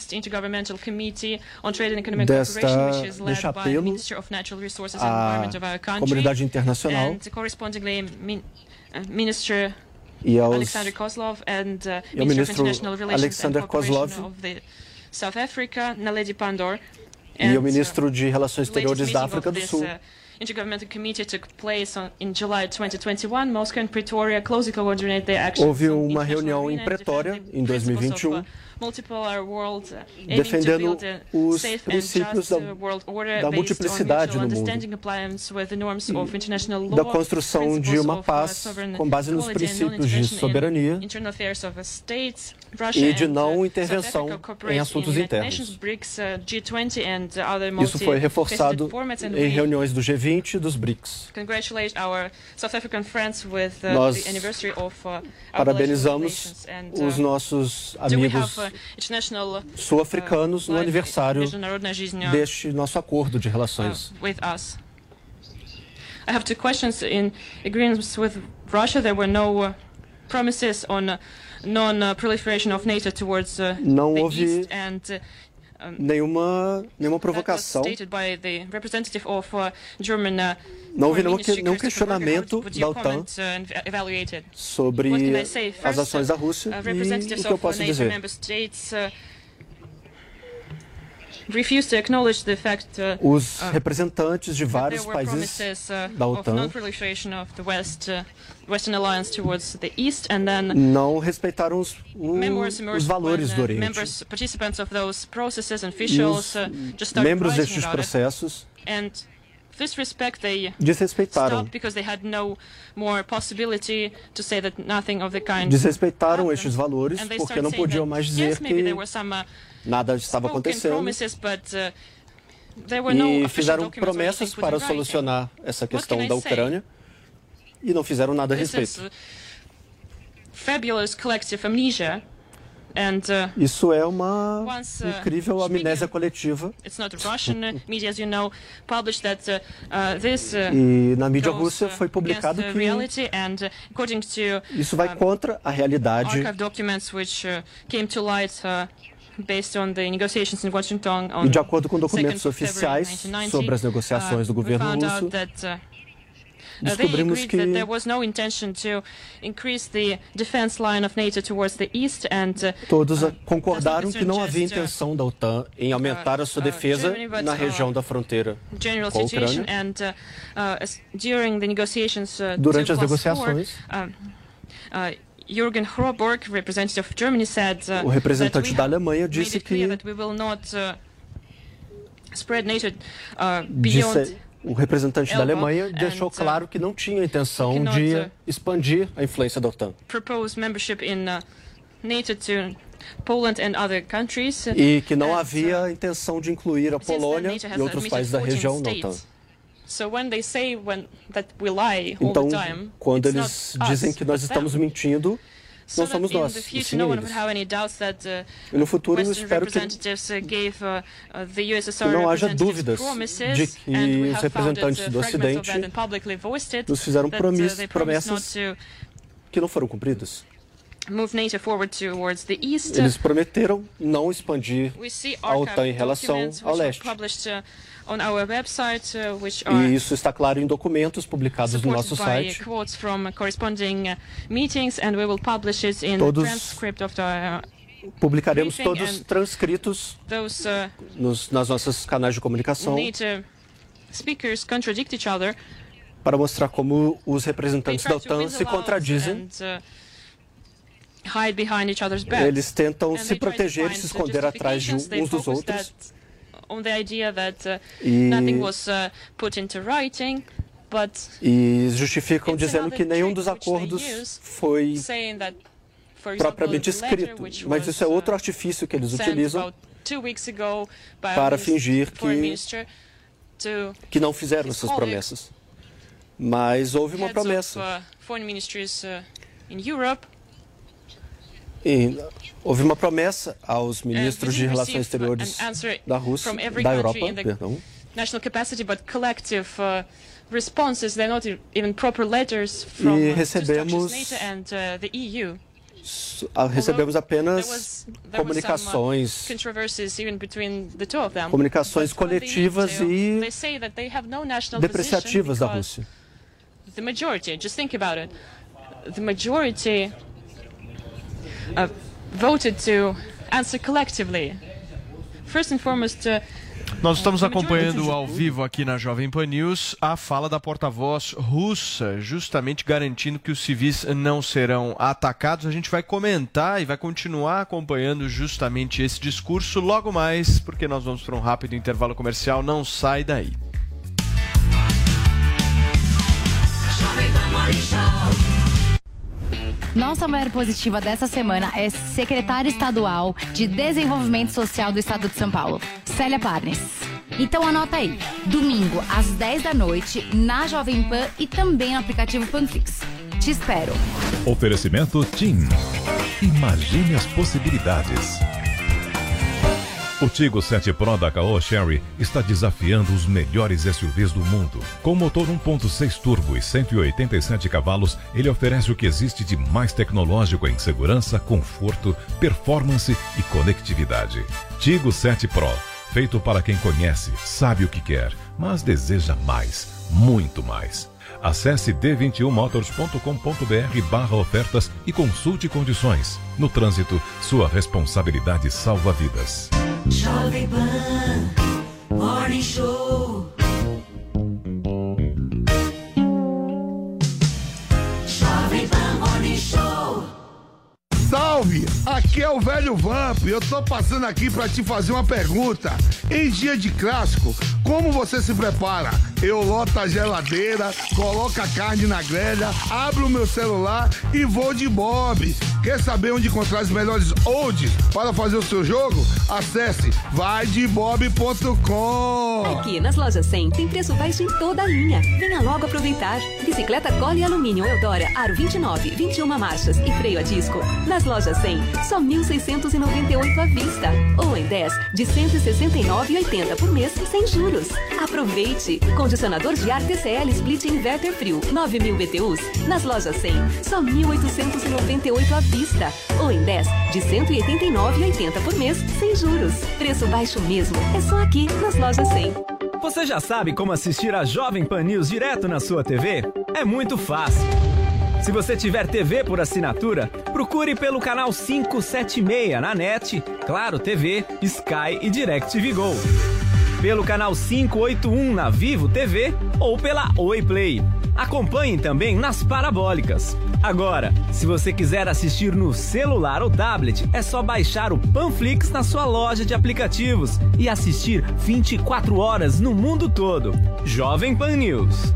desta, deste apelo à comunidade internacional e, aos, Alexander Kozlov and uh, e ao ministro Alexander Kozlov South Africa, Naledi Pandor, e o ministro de Relações Exteriores da África do Sul. Intergovernmental Committee took place on, in July twenty twenty-one. Moscow and Pretoria closely coordinate their actions. Houve uma reunião em Pretória em dois mil e vinte e um, defendendo os princípios da, da multiplicidade no mundo, da construção de uma paz com base nos princípios de soberania e de não intervenção em assuntos internos. Isso foi reforçado em reuniões do G vinte e dos BRICS. Nós parabenizamos os nossos amigos sul-africanos no aniversário deste nosso acordo de relações. I have two questions. In agreements with Russia, there were no promises on non-proliferation of NATO towards the east, and nenhuma nenhuma provocação. Não houve nenhum, nenhum questionamento da OTAN sobre as ações da Rússia. E o que eu posso dizer? Os representantes de vários países da OTAN não respeitaram os, os, os valores do Oriente. E os membros destes processos desrespeitaram desrespeitaram estes valores porque não podiam mais dizer que nada estava acontecendo e fizeram promessas para solucionar essa questão da Ucrânia e não fizeram nada a respeito. And, uh, Isso é uma once, uh, incrível amnésia coletiva. It's not Russian media, as you know, published that uh, uh, this uh, e na mídia russa foi publicado que and, uh, according to, isso vai contra a realidade. Archive documents which uh, came to light uh, based on the negotiations in Washington on e de acordo com documentos oficiais sobre as negociações do governo russo, descobrimos que todos concordaram que não havia intenção da OTAN em aumentar a sua defesa na região da fronteira com a Ucrânia. Durante as negociações, Jürgen Hroborg, representative of Germany, said uh, o representante da Alemanha disse que that we will not uh, spread NATO uh, beyond disse, o representante da Alemanha deixou claro que não tinha intenção de expandir a influência da OTAN. Propose membership in uh, NATO to Poland and other countries. E que não havia intenção de incluir a Polônia e outros países da região na OTAN. So when they say when that we lie all então, the time, quando eles dizem que nós estamos mentindo, não somos nós, e sim eles. E no futuro eu espero que, que não haja dúvidas de que os representantes do Ocidente nos fizeram promessas que não foram cumpridas. Eles prometeram não expandir a OTAN em relação ao leste. On our website, uh, which are e isso está claro em documentos publicados no nosso site. Quotes from corresponding uh, meetings, and we will publish it in todos, the transcript of the uh, publicaremos todos transcritos those, uh, nos, nas nossas canais de comunicação speakers contradict each other, para mostrar como os representantes da OTAN se contradizem. And, uh, hide behind each other's backs. Eles tentam and se proteger e se esconder atrás de uns dos outros. On the idea that uh, e, nothing was uh, put into writing, but e justificam dizendo que nenhum dos acordos foi that, propriamente example, escrito. Mas isso é outro artifício que eles utilizam by para fingir que, to que não fizeram essas promessas. Mas houve uma promessa. Of, uh, foreign ministries, uh, in Europe. E houve uma promessa aos ministros de relações exteriores da Rússia, da Europa, perdão. National capacity, but collective uh, responses. They're not even proper letters from e recebemos NATO and uh, the E U. Recebemos apenas comunicações, comunicações coletivas e depreciativas da Rússia. The majority, just think about it. The majority Uh, voted to answer collectively. First and foremost, uh, nós estamos acompanhando ao vivo aqui na Jovem Pan News a fala da porta-voz russa, justamente garantindo que os civis não serão atacados. A gente vai comentar e vai continuar acompanhando justamente esse discurso logo mais, porque nós vamos para um rápido intervalo comercial. Não sai daí. Jovem Pan Morning Show. Nossa mulher positiva dessa semana é secretária estadual de Desenvolvimento Social do Estado de São Paulo, Célia Parnes. Então anota aí, domingo às dez da noite, na Jovem Pan e também no aplicativo Panflix. Te espero. Oferecimento TIM. Imagine as possibilidades. O Tigo sete Pro da Caoa Chery está desafiando os melhores S U Vs do mundo. Com motor um ponto seis turbo e cento e oitenta e sete cavalos, ele oferece o que existe de mais tecnológico em segurança, conforto, performance e conectividade. Tigo sete Pro, feito para quem conhece, sabe o que quer, mas deseja mais, muito mais. Acesse d vinte e um motors ponto com ponto b r barra ofertas e consulte condições. No trânsito, sua responsabilidade salva vidas. Jovem Pan Morning Show. Jovem Pan Morning Show. Salve! Aqui é o velho Vamp e eu tô passando aqui pra te fazer uma pergunta. Em dia de clássico, como você se prepara? Eu loto a geladeira, coloco a carne na grelha, abro o meu celular e vou de Bob. Quer saber onde encontrar os melhores odds para fazer o seu jogo? Acesse vai de bob ponto com. Aqui nas Lojas cem tem preço baixo em toda a linha. Venha logo aproveitar. Bicicleta Cole Alumínio Eudora Aro vinte e nove, vinte e uma marchas e freio a disco. Nas Lojas cem, só mil seiscentos e noventa e oito à vista. Ou em dez de cento e sessenta e nove reais e oitenta centavos por mês sem juros. Aproveite! Condicionador de ar T C L Split Inverter Frio nove mil B T Us. Nas Lojas cem, só mil oitocentos e noventa e oito à vista. Ou em dez de cento e oitenta e nove reais e oitenta centavos por mês sem juros. Preço baixo mesmo. É só aqui nas Lojas cem. Você já sabe como assistir a Jovem Pan News direto na sua T V? É muito fácil. Se você tiver T V por assinatura, procure pelo canal quinhentos e setenta e seis na NET, Claro T V, Sky e DirecTV Go. Pelo canal quinhentos e oitenta e um na Vivo T V ou pela Oi Play. Acompanhe também nas parabólicas. Agora, se você quiser assistir no celular ou tablet, é só baixar o Panflix na sua loja de aplicativos e assistir vinte e quatro horas no mundo todo. Jovem Pan News.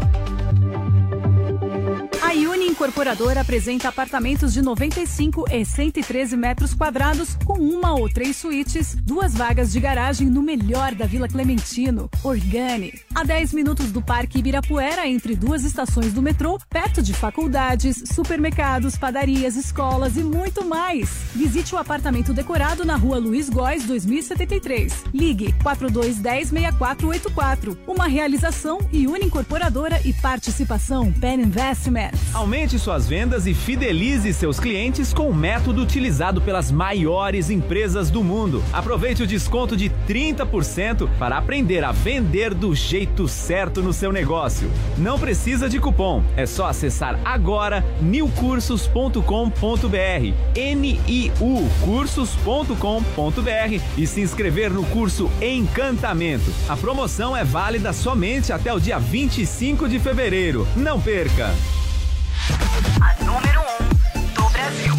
A Uni Incorporadora apresenta apartamentos de noventa e cinco e cento e treze metros quadrados com uma ou três suítes, duas vagas de garagem no melhor da Vila Clementino, Organi. A dez minutos do Parque Ibirapuera, entre duas estações do metrô, perto de faculdades, supermercados, padarias, escolas e muito mais. Visite o apartamento decorado na Rua Luiz Góes, dois mil e setenta e três. Ligue quatro dois um zero, seis quatro oito quatro. Uma realização Uni Incorporadora e participação Pen Investment. Aumente suas vendas e fidelize seus clientes com o método utilizado pelas maiores empresas do mundo. Aproveite o desconto de trinta por cento para aprender a vender do jeito certo no seu negócio. Não precisa de cupom, é só acessar agora new cursos ponto com ponto br, N I U cursos ponto com ponto br e se inscrever no curso Encantamento. A promoção é válida somente até o dia vinte e cinco de fevereiro. Não perca! A número um do Brasil.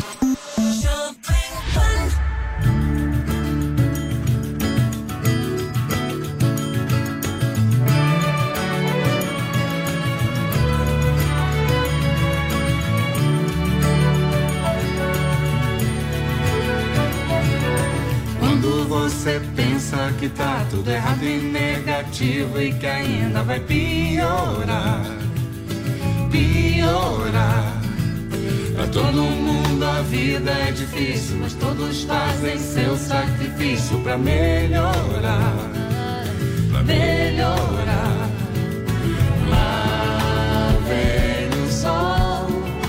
Quando você pensa que tá tudo errado e negativo e que ainda vai piorar, piorar. Pra todo mundo a vida é difícil, mas todos fazem seu sacrifício pra melhorar, pra melhorar. Lá vem o sol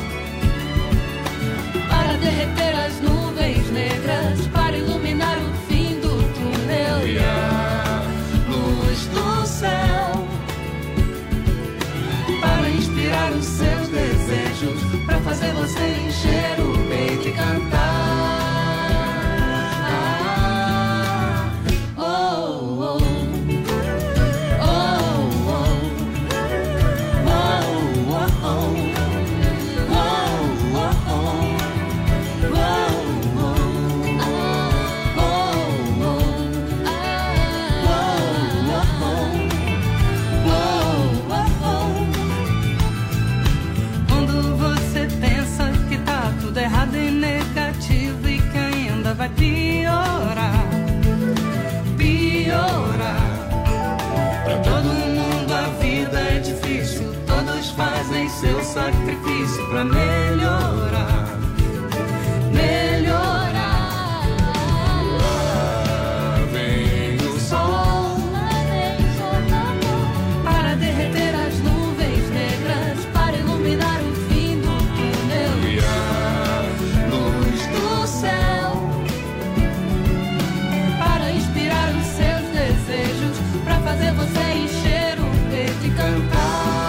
Para derreter as nuvens negras, para iluminar o fim do túnel e a luz do céu, para inspirar os seus desejos, para fazer você encher o peito e cantar. Oh, oh, oh, errado e negativo e que ainda vai piorar, piorar. pra todo mundo a vida é difícil, todos fazem seu sacrifício pra melhorar, melhorar. Lá vem o sol para derreter as nuvens negras, para iluminar o fim do túnel e a luz do céu, para inspirar os seus desejos, para fazer você encher o peito e cantar.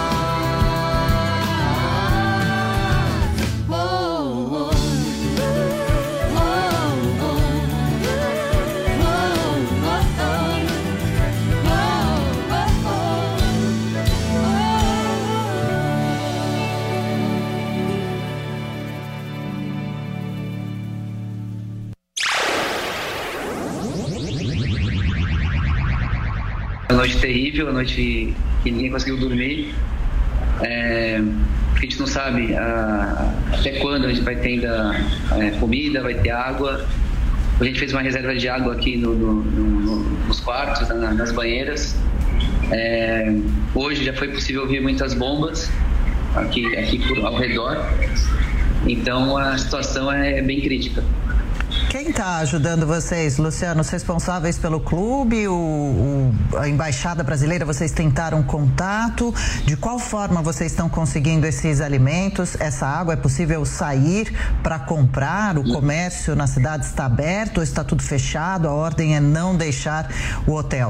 Uma noite terrível, a noite que ninguém conseguiu dormir. É, a gente não sabe a, até quando a gente vai ter ainda é, comida, vai ter água. A gente fez uma reserva de água aqui no, no, no, nos quartos, na, nas banheiras. É, hoje já foi possível ouvir muitas bombas aqui, aqui por, ao redor. Então a situação é bem crítica. Quem está ajudando vocês, Luciano? Os responsáveis pelo clube, o, o, a Embaixada Brasileira, vocês tentaram contato? De qual forma vocês estão conseguindo esses alimentos, essa água? É possível sair para comprar? O comércio na cidade está aberto ou está tudo fechado? A ordem é não deixar o hotel.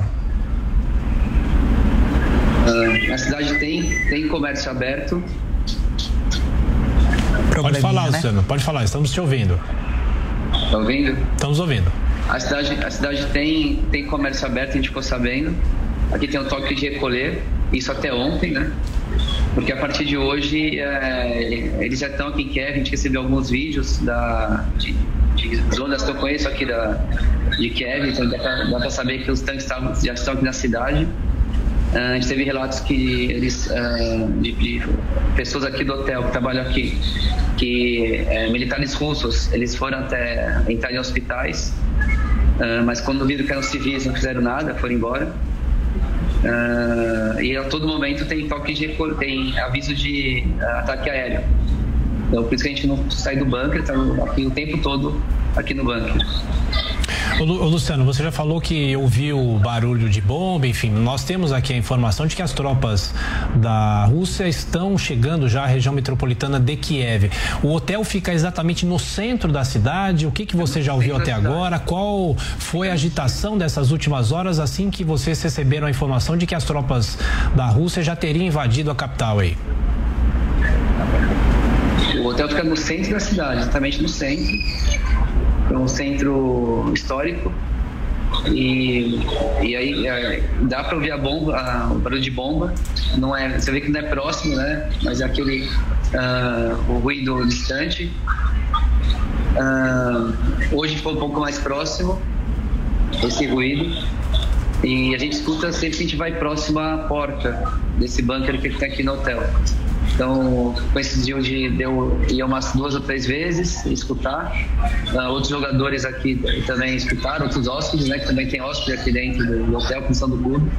Uh, a cidade tem, tem comércio aberto. Pode falar, né? Luciano, pode falar, estamos te ouvindo. Tá ouvindo? Estamos ouvindo. A cidade, a cidade tem, tem comércio aberto, a gente ficou sabendo. aqui tem o toque de recolher, isso até ontem, né? Porque a partir de hoje, é, eles já estão aqui em Kiev, a gente recebeu alguns vídeos da, de, de zonas que eu conheço aqui da, de Kiev, então dá para saber que os tanques tavam, já estão aqui na cidade. Uh, a gente teve relatos que eles, uh, de, de pessoas aqui do hotel que trabalham aqui, que uh, militares russos, eles foram até entrar em hospitais, uh, mas quando viram que eram civis não fizeram nada, foram embora. Uh, e a todo momento tem toque de tem aviso de uh, ataque aéreo. Então por isso que a gente não sai do bunker, está aqui o tempo todo aqui no bunker. Ô, Luciano, você já falou que ouviu barulho de bomba, enfim, nós temos aqui a informação de que as tropas da Rússia estão chegando já à região metropolitana de Kiev. O hotel fica exatamente no centro da cidade. O que que você já ouviu até agora? Qual foi a agitação dessas últimas horas assim que vocês receberam a informação de que as tropas da Rússia já teriam invadido a capital aí? O hotel fica no centro da cidade, exatamente no centro. É um centro histórico e, e aí é, dá para ouvir a bomba, a, o barulho de bomba. Não é, você vê que não é próximo, né? Mas é aquele uh, o ruído distante. Uh, hoje foi um pouco mais próximo esse ruído e a gente escuta sempre que a gente vai próximo à porta desse bunker que tem aqui no hotel. Então, coincidiu de eu ir umas duas ou três vezes escutar. Uh, outros jogadores aqui também escutaram, outros hóspedes, né, que também tem hóspedes aqui dentro do, do hotel, função do clube.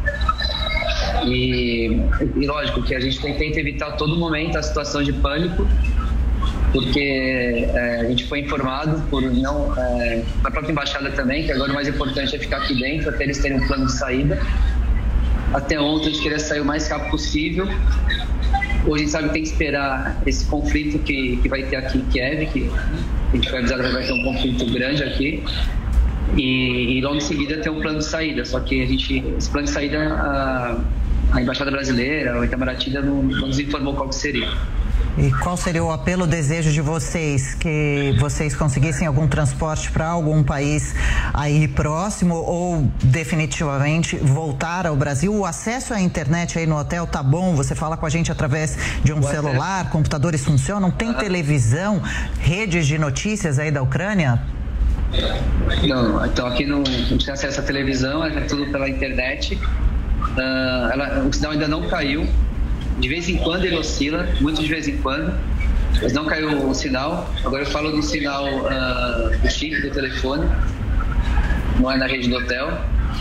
E, e lógico que a gente tenta evitar a todo momento a situação de pânico, porque é, a gente foi informado por não é, na própria embaixada também, que agora o mais importante é ficar aqui dentro até eles terem um plano de saída. Até ontem a gente queria sair o mais rápido possível. Hoje a gente sabe que tem que esperar esse conflito que, que vai ter aqui em Kiev, que a gente foi avisado que vai ter um conflito grande aqui, e, e logo em seguida ter um plano de saída. Só que a gente, esse plano de saída, a, a Embaixada Brasileira, o Itamaraty, não, não nos informou qual que seria. E qual seria o apelo, o desejo de vocês? Que vocês conseguissem algum transporte para algum país aí próximo ou definitivamente voltar ao Brasil? O acesso à internet aí no hotel tá bom? Você fala com a gente através de um o celular, acesso. Computadores funcionam? Tem ah. televisão, redes de notícias aí da Ucrânia? Não, então aqui não, não tem acesso à televisão, é tudo pela internet. Uh, ela, o sinal ainda não caiu. De vez em quando ele oscila, muito de vez em quando, mas não caiu o sinal. Agora eu falo do sinal uh, do chip do telefone, não é na rede do hotel.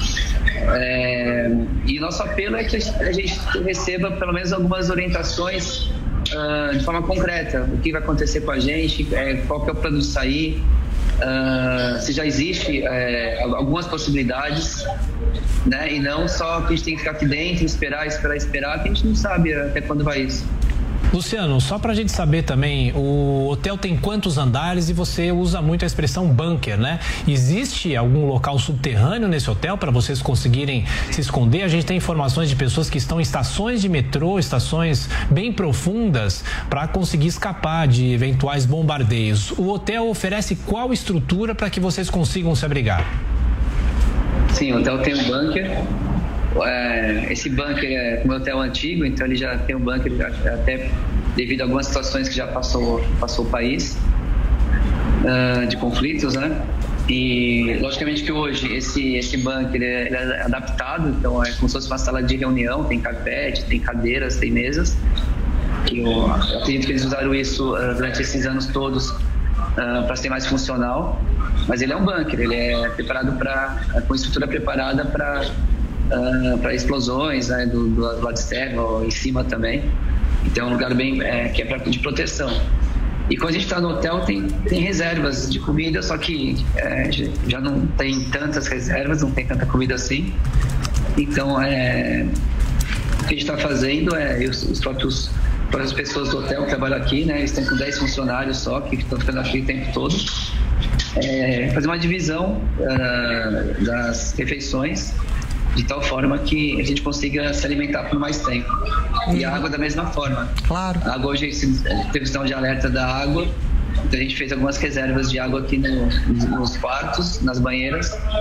É, e nosso apelo é que a gente receba pelo menos algumas orientações uh, de forma concreta. O que vai acontecer com a gente, é, qual que é o plano de sair, uh, se já existe é, algumas possibilidades. Né? E não só que a gente tem que ficar aqui dentro, esperar, esperar, esperar, que a gente não sabe até quando vai isso. Luciano, só pra gente saber também, o hotel tem quantos andares e você usa muito a expressão bunker, né? Existe algum local subterrâneo nesse hotel para vocês conseguirem se esconder? A gente tem informações de pessoas que estão em estações de metrô, estações bem profundas, para conseguir escapar de eventuais bombardeios. O hotel oferece qual estrutura para que vocês consigam se abrigar? Sim, o hotel tem um bunker. É, esse bunker é como é um hotel antigo, então ele já tem um bunker, já, até devido a algumas situações que já passou, passou o país, uh, de conflitos, né? E logicamente que hoje esse, esse bunker é, é adaptado, então é como se fosse uma sala de reunião, tem carpete, tem cadeiras, tem mesas. Que eu, eu acredito que eles usaram isso uh, durante esses anos todos uh, para ser mais funcional. Mas ele é um bunker, ele é preparado para, com estrutura preparada para uh, para explosões, né, do, do lado externo, em cima também. Então é um lugar bem é, que é pra, de proteção. E quando a gente está no hotel tem, tem reservas de comida, só que é, já não tem tantas reservas, não tem tanta comida assim. Então é, o que a gente está fazendo é os, os próprios para as pessoas do hotel que trabalham aqui, né, eles estão com dez funcionários só que estão ficando aqui o tempo todo. É, fazer uma divisão uh, das refeições de tal forma que a gente consiga se alimentar por mais tempo. E a água da mesma forma. Claro. A água hoje teve sinal de alerta da água, então a gente fez algumas reservas de água aqui no, nos quartos, nas banheiras,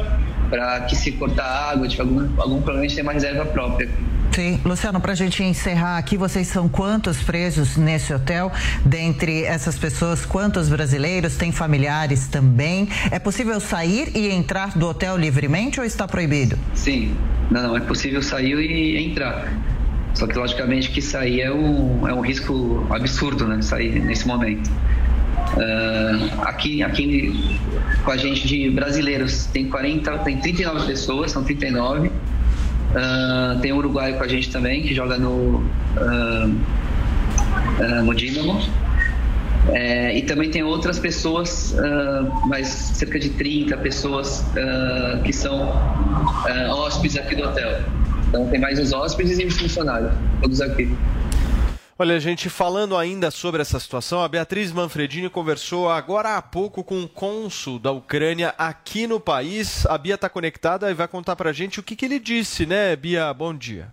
para que se cortar água, tiver algum, algum problema, a gente tem uma reserva própria. Sim. Luciano, para a gente encerrar aqui, vocês são quantos presos nesse hotel? Dentre essas pessoas, quantos brasileiros? Tem familiares também? É possível sair e entrar do hotel livremente ou está proibido? Sim, não, não, é possível sair e entrar. Só que, logicamente, que sair é um, é um risco absurdo, né? Sair nesse momento. Uh, aqui, aqui com a gente de brasileiros tem, quarenta, tem trinta e nove pessoas, são trinta e nove. Uh, tem um uruguaio com a gente também, que joga no, uh, uh, no Dínamo. É, e também tem outras pessoas, uh, mais cerca de trinta pessoas uh, que são uh, hóspedes aqui do hotel. Então tem mais os hóspedes e os funcionários, todos aqui. Olha, gente, falando ainda sobre essa situação, a Beatriz Manfredini conversou agora há pouco com o cônsul da Ucrânia aqui no país. A Bia está conectada e vai contar pra gente o que, que ele disse, né, Bia? Bom dia.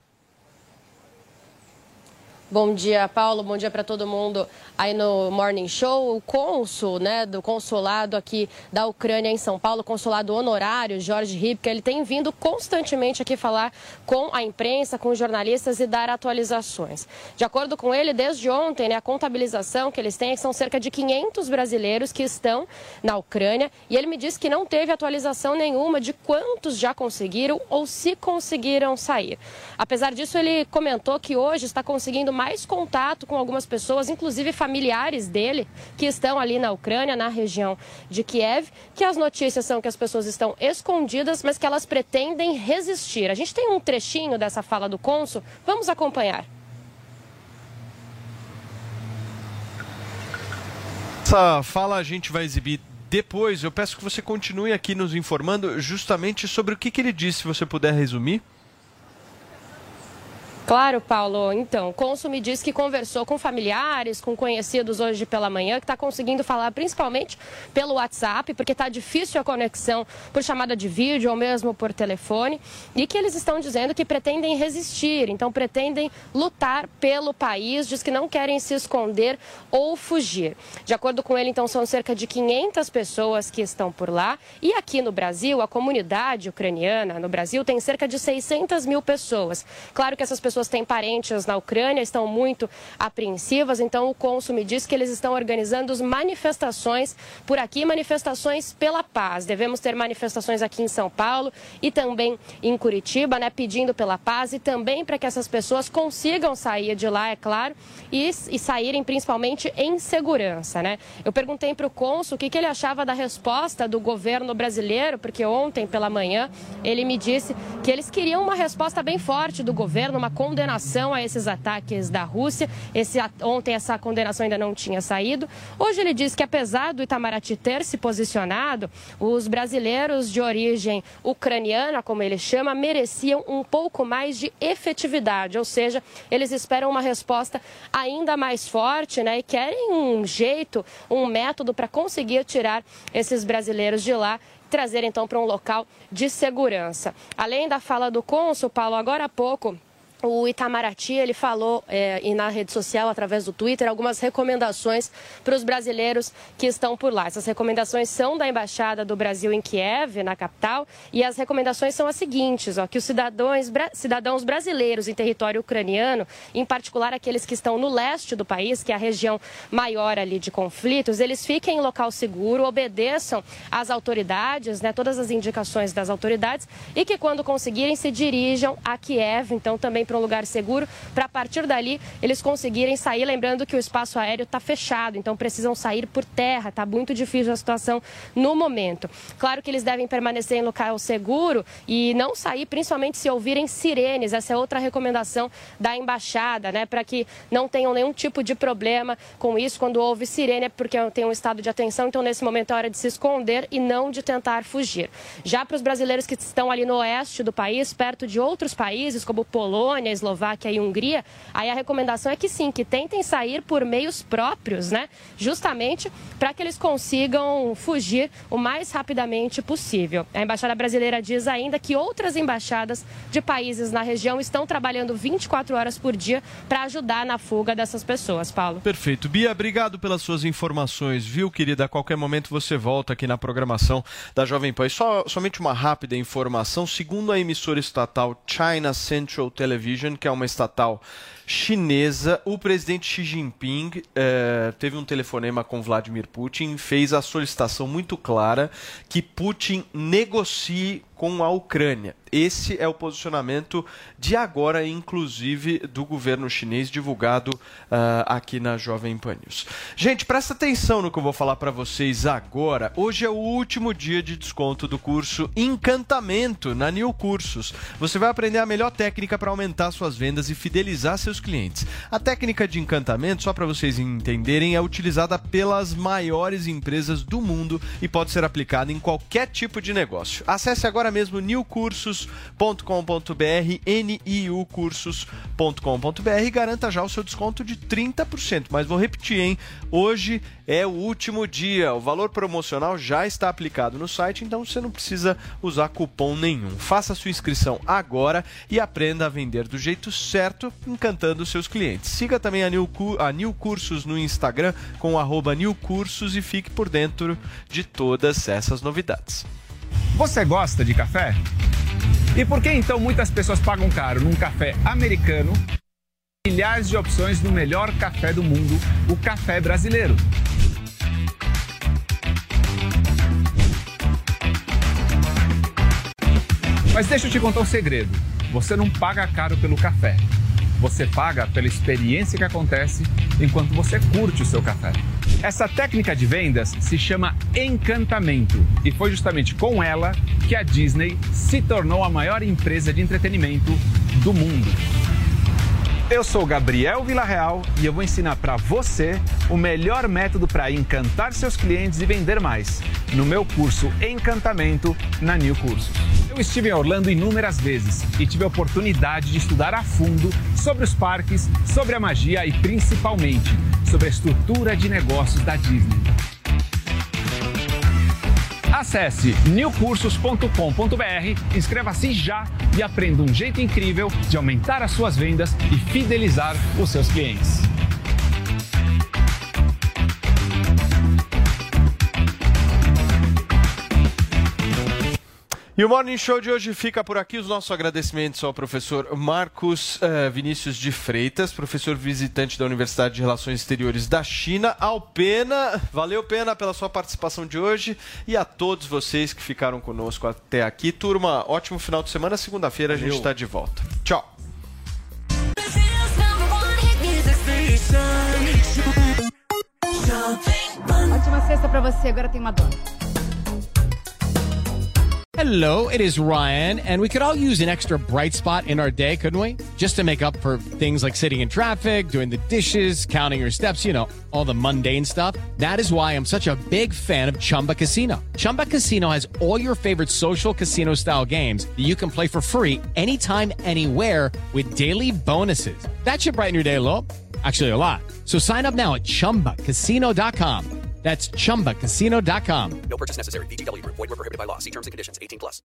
Bom dia, Paulo. Bom dia para todo mundo aí no Morning Show. O cônsul, né, do consulado aqui da Ucrânia em São Paulo, consulado honorário, Jorge Ripka, ele tem vindo constantemente aqui falar com a imprensa, com os jornalistas e dar atualizações. De acordo com ele, desde ontem, né, a contabilização que eles têm é que são cerca de quinhentos brasileiros que estão na Ucrânia e ele me disse que não teve atualização nenhuma de quantos já conseguiram ou se conseguiram sair. Apesar disso, ele comentou que hoje está conseguindo mais mais contato com algumas pessoas, inclusive familiares dele, que estão ali na Ucrânia, na região de Kiev, que as notícias são que as pessoas estão escondidas, mas que elas pretendem resistir. A gente tem um trechinho dessa fala do cônsul, vamos acompanhar. Essa fala a gente vai exibir depois. Eu peço que você continue aqui nos informando justamente sobre o que, que ele disse, se você puder resumir. Claro, Paulo. Então, o cônsul me disse que conversou com familiares, com conhecidos hoje pela manhã, que está conseguindo falar principalmente pelo WhatsApp, porque está difícil a conexão por chamada de vídeo ou mesmo por telefone, e que eles estão dizendo que pretendem resistir, então pretendem lutar pelo país, diz que não querem se esconder ou fugir. De acordo com ele, então, são cerca de quinhentas pessoas que estão por lá, e aqui no Brasil, a comunidade ucraniana no Brasil tem cerca de seiscentas mil pessoas. Claro que essas pessoas pessoas têm parentes na Ucrânia, estão muito apreensivas, então o cônsul me disse que eles estão organizando manifestações por aqui, manifestações pela paz. Devemos ter manifestações aqui em São Paulo e também em Curitiba, né, pedindo pela paz e também para que essas pessoas consigam sair de lá, é claro, e, e saírem principalmente em segurança, né? Eu perguntei para o cônsul o que, que ele achava da resposta do governo brasileiro, porque ontem pela manhã ele me disse que eles queriam uma resposta bem forte do governo, uma condenação a esses ataques da Rússia. Esse, ontem essa condenação ainda não tinha saído. Hoje ele diz que apesar do Itamaraty ter se posicionado, os brasileiros de origem ucraniana, como ele chama, mereciam um pouco mais de efetividade, ou seja, eles esperam uma resposta ainda mais forte, né, e querem um jeito, um método para conseguir tirar esses brasileiros de lá, trazer então para um local de segurança. Além da fala do cônsul, Paulo, agora há pouco o Itamaraty, ele falou é, e na rede social, através do Twitter, algumas recomendações para os brasileiros que estão por lá. Essas recomendações são da Embaixada do Brasil em Kiev, na capital, e as recomendações são as seguintes, ó, que os cidadãos, cidadãos brasileiros em território ucraniano, em particular aqueles que estão no leste do país, que é a região maior ali de conflitos, eles fiquem em local seguro, obedeçam às autoridades, né, todas as indicações das autoridades, e que quando conseguirem se dirijam a Kiev, então também para um lugar seguro, para a partir dali eles conseguirem sair, lembrando que o espaço aéreo está fechado, então precisam sair por terra, está muito difícil a situação no momento. Claro que eles devem permanecer em local seguro e não sair, principalmente se ouvirem sirenes, essa é outra recomendação da embaixada, né, para que não tenham nenhum tipo de problema com isso, quando houve sirene é porque tem um estado de atenção, então nesse momento é hora de se esconder e não de tentar fugir. Já para os brasileiros que estão ali no oeste do país, perto de outros países, como Polônia, Polônia, Eslováquia e Hungria, aí a recomendação é que sim, que tentem sair por meios próprios, né? Justamente para que eles consigam fugir o mais rapidamente possível. A Embaixada Brasileira diz ainda que outras embaixadas de países na região estão trabalhando vinte e quatro horas por dia para ajudar na fuga dessas pessoas, Paulo. Perfeito. Bia, obrigado pelas suas informações, viu, querida? A qualquer momento você volta aqui na programação da Jovem Pan. E só, somente uma rápida informação. Segundo a emissora estatal China Central Television, que é uma estatal chinesa, o presidente Xi Jinping eh, teve um telefonema com Vladimir Putin, fez a solicitação muito clara que Putin negocie com a Ucrânia. Esse é o posicionamento de agora, inclusive, do governo chinês, divulgado uh, aqui na Jovem Pan News. Gente, presta atenção no que eu vou falar para vocês agora. Hoje é o último dia de desconto do curso Encantamento na New Cursos. Você vai aprender a melhor técnica para aumentar suas vendas e fidelizar seus clientes. A técnica de encantamento, só para vocês entenderem, é utilizada pelas maiores empresas do mundo e pode ser aplicada em qualquer tipo de negócio. Acesse agora mesmo new cursos ponto com ponto b r, N I U cursos ponto com ponto b r, e garanta já o seu desconto de trinta por cento. Mas vou repetir, hein? Hoje é o último dia. O valor promocional já está aplicado no site, então você não precisa usar cupom nenhum. Faça sua inscrição agora e aprenda a vender do jeito certo, encantando seus clientes. Siga também a New, a New Cursos no Instagram com arroba New Cursos e fique por dentro de todas essas novidades. Você gosta de café? E por que então muitas pessoas pagam caro num café americano? Milhares de opções no melhor café do mundo, o café brasileiro. Mas deixa eu te contar um segredo. Você não paga caro pelo café. Você paga pela experiência que acontece enquanto você curte o seu café. Essa técnica de vendas se chama encantamento e foi justamente com ela que a Disney se tornou a maior empresa de entretenimento do mundo. Eu sou Gabriel Villarreal e eu vou ensinar para você o melhor método para encantar seus clientes e vender mais no meu curso Encantamento na New Cursos. Eu estive em Orlando inúmeras vezes e tive a oportunidade de estudar a fundo sobre os parques, sobre a magia e principalmente sobre a estrutura de negócios da Disney. Acesse new cursos ponto com ponto b r, inscreva-se já e aprenda um jeito incrível de aumentar as suas vendas e fidelizar os seus clientes. E o Morning Show de hoje fica por aqui. Os nossos agradecimentos ao professor Marcos uh, Vinícius de Freitas, professor visitante da Universidade de Relações Exteriores da China, ao Pena. Valeu, Pena, pela sua participação de hoje e a todos vocês que ficaram conosco até aqui. Turma, ótimo final de semana. Segunda-feira a gente está de volta. Tchau. Ótima sexta pra você. Agora tem Madonna. Hello, it is Ryan, and we could all use an extra bright spot in our day, couldn't we? Just to make up for things like sitting in traffic, doing the dishes, counting your steps, you know, all the mundane stuff. That is why I'm such a big fan of Chumba Casino. Chumba Casino has all your favorite social casino-style games that you can play for free anytime, anywhere with daily bonuses. That should brighten your day a little. Actually, a lot. So sign up now at chumba casino dot com. That's chumba casino dot com. No purchase necessary. V G W Group. Void where prohibited by law. See terms and conditions. eighteen plus.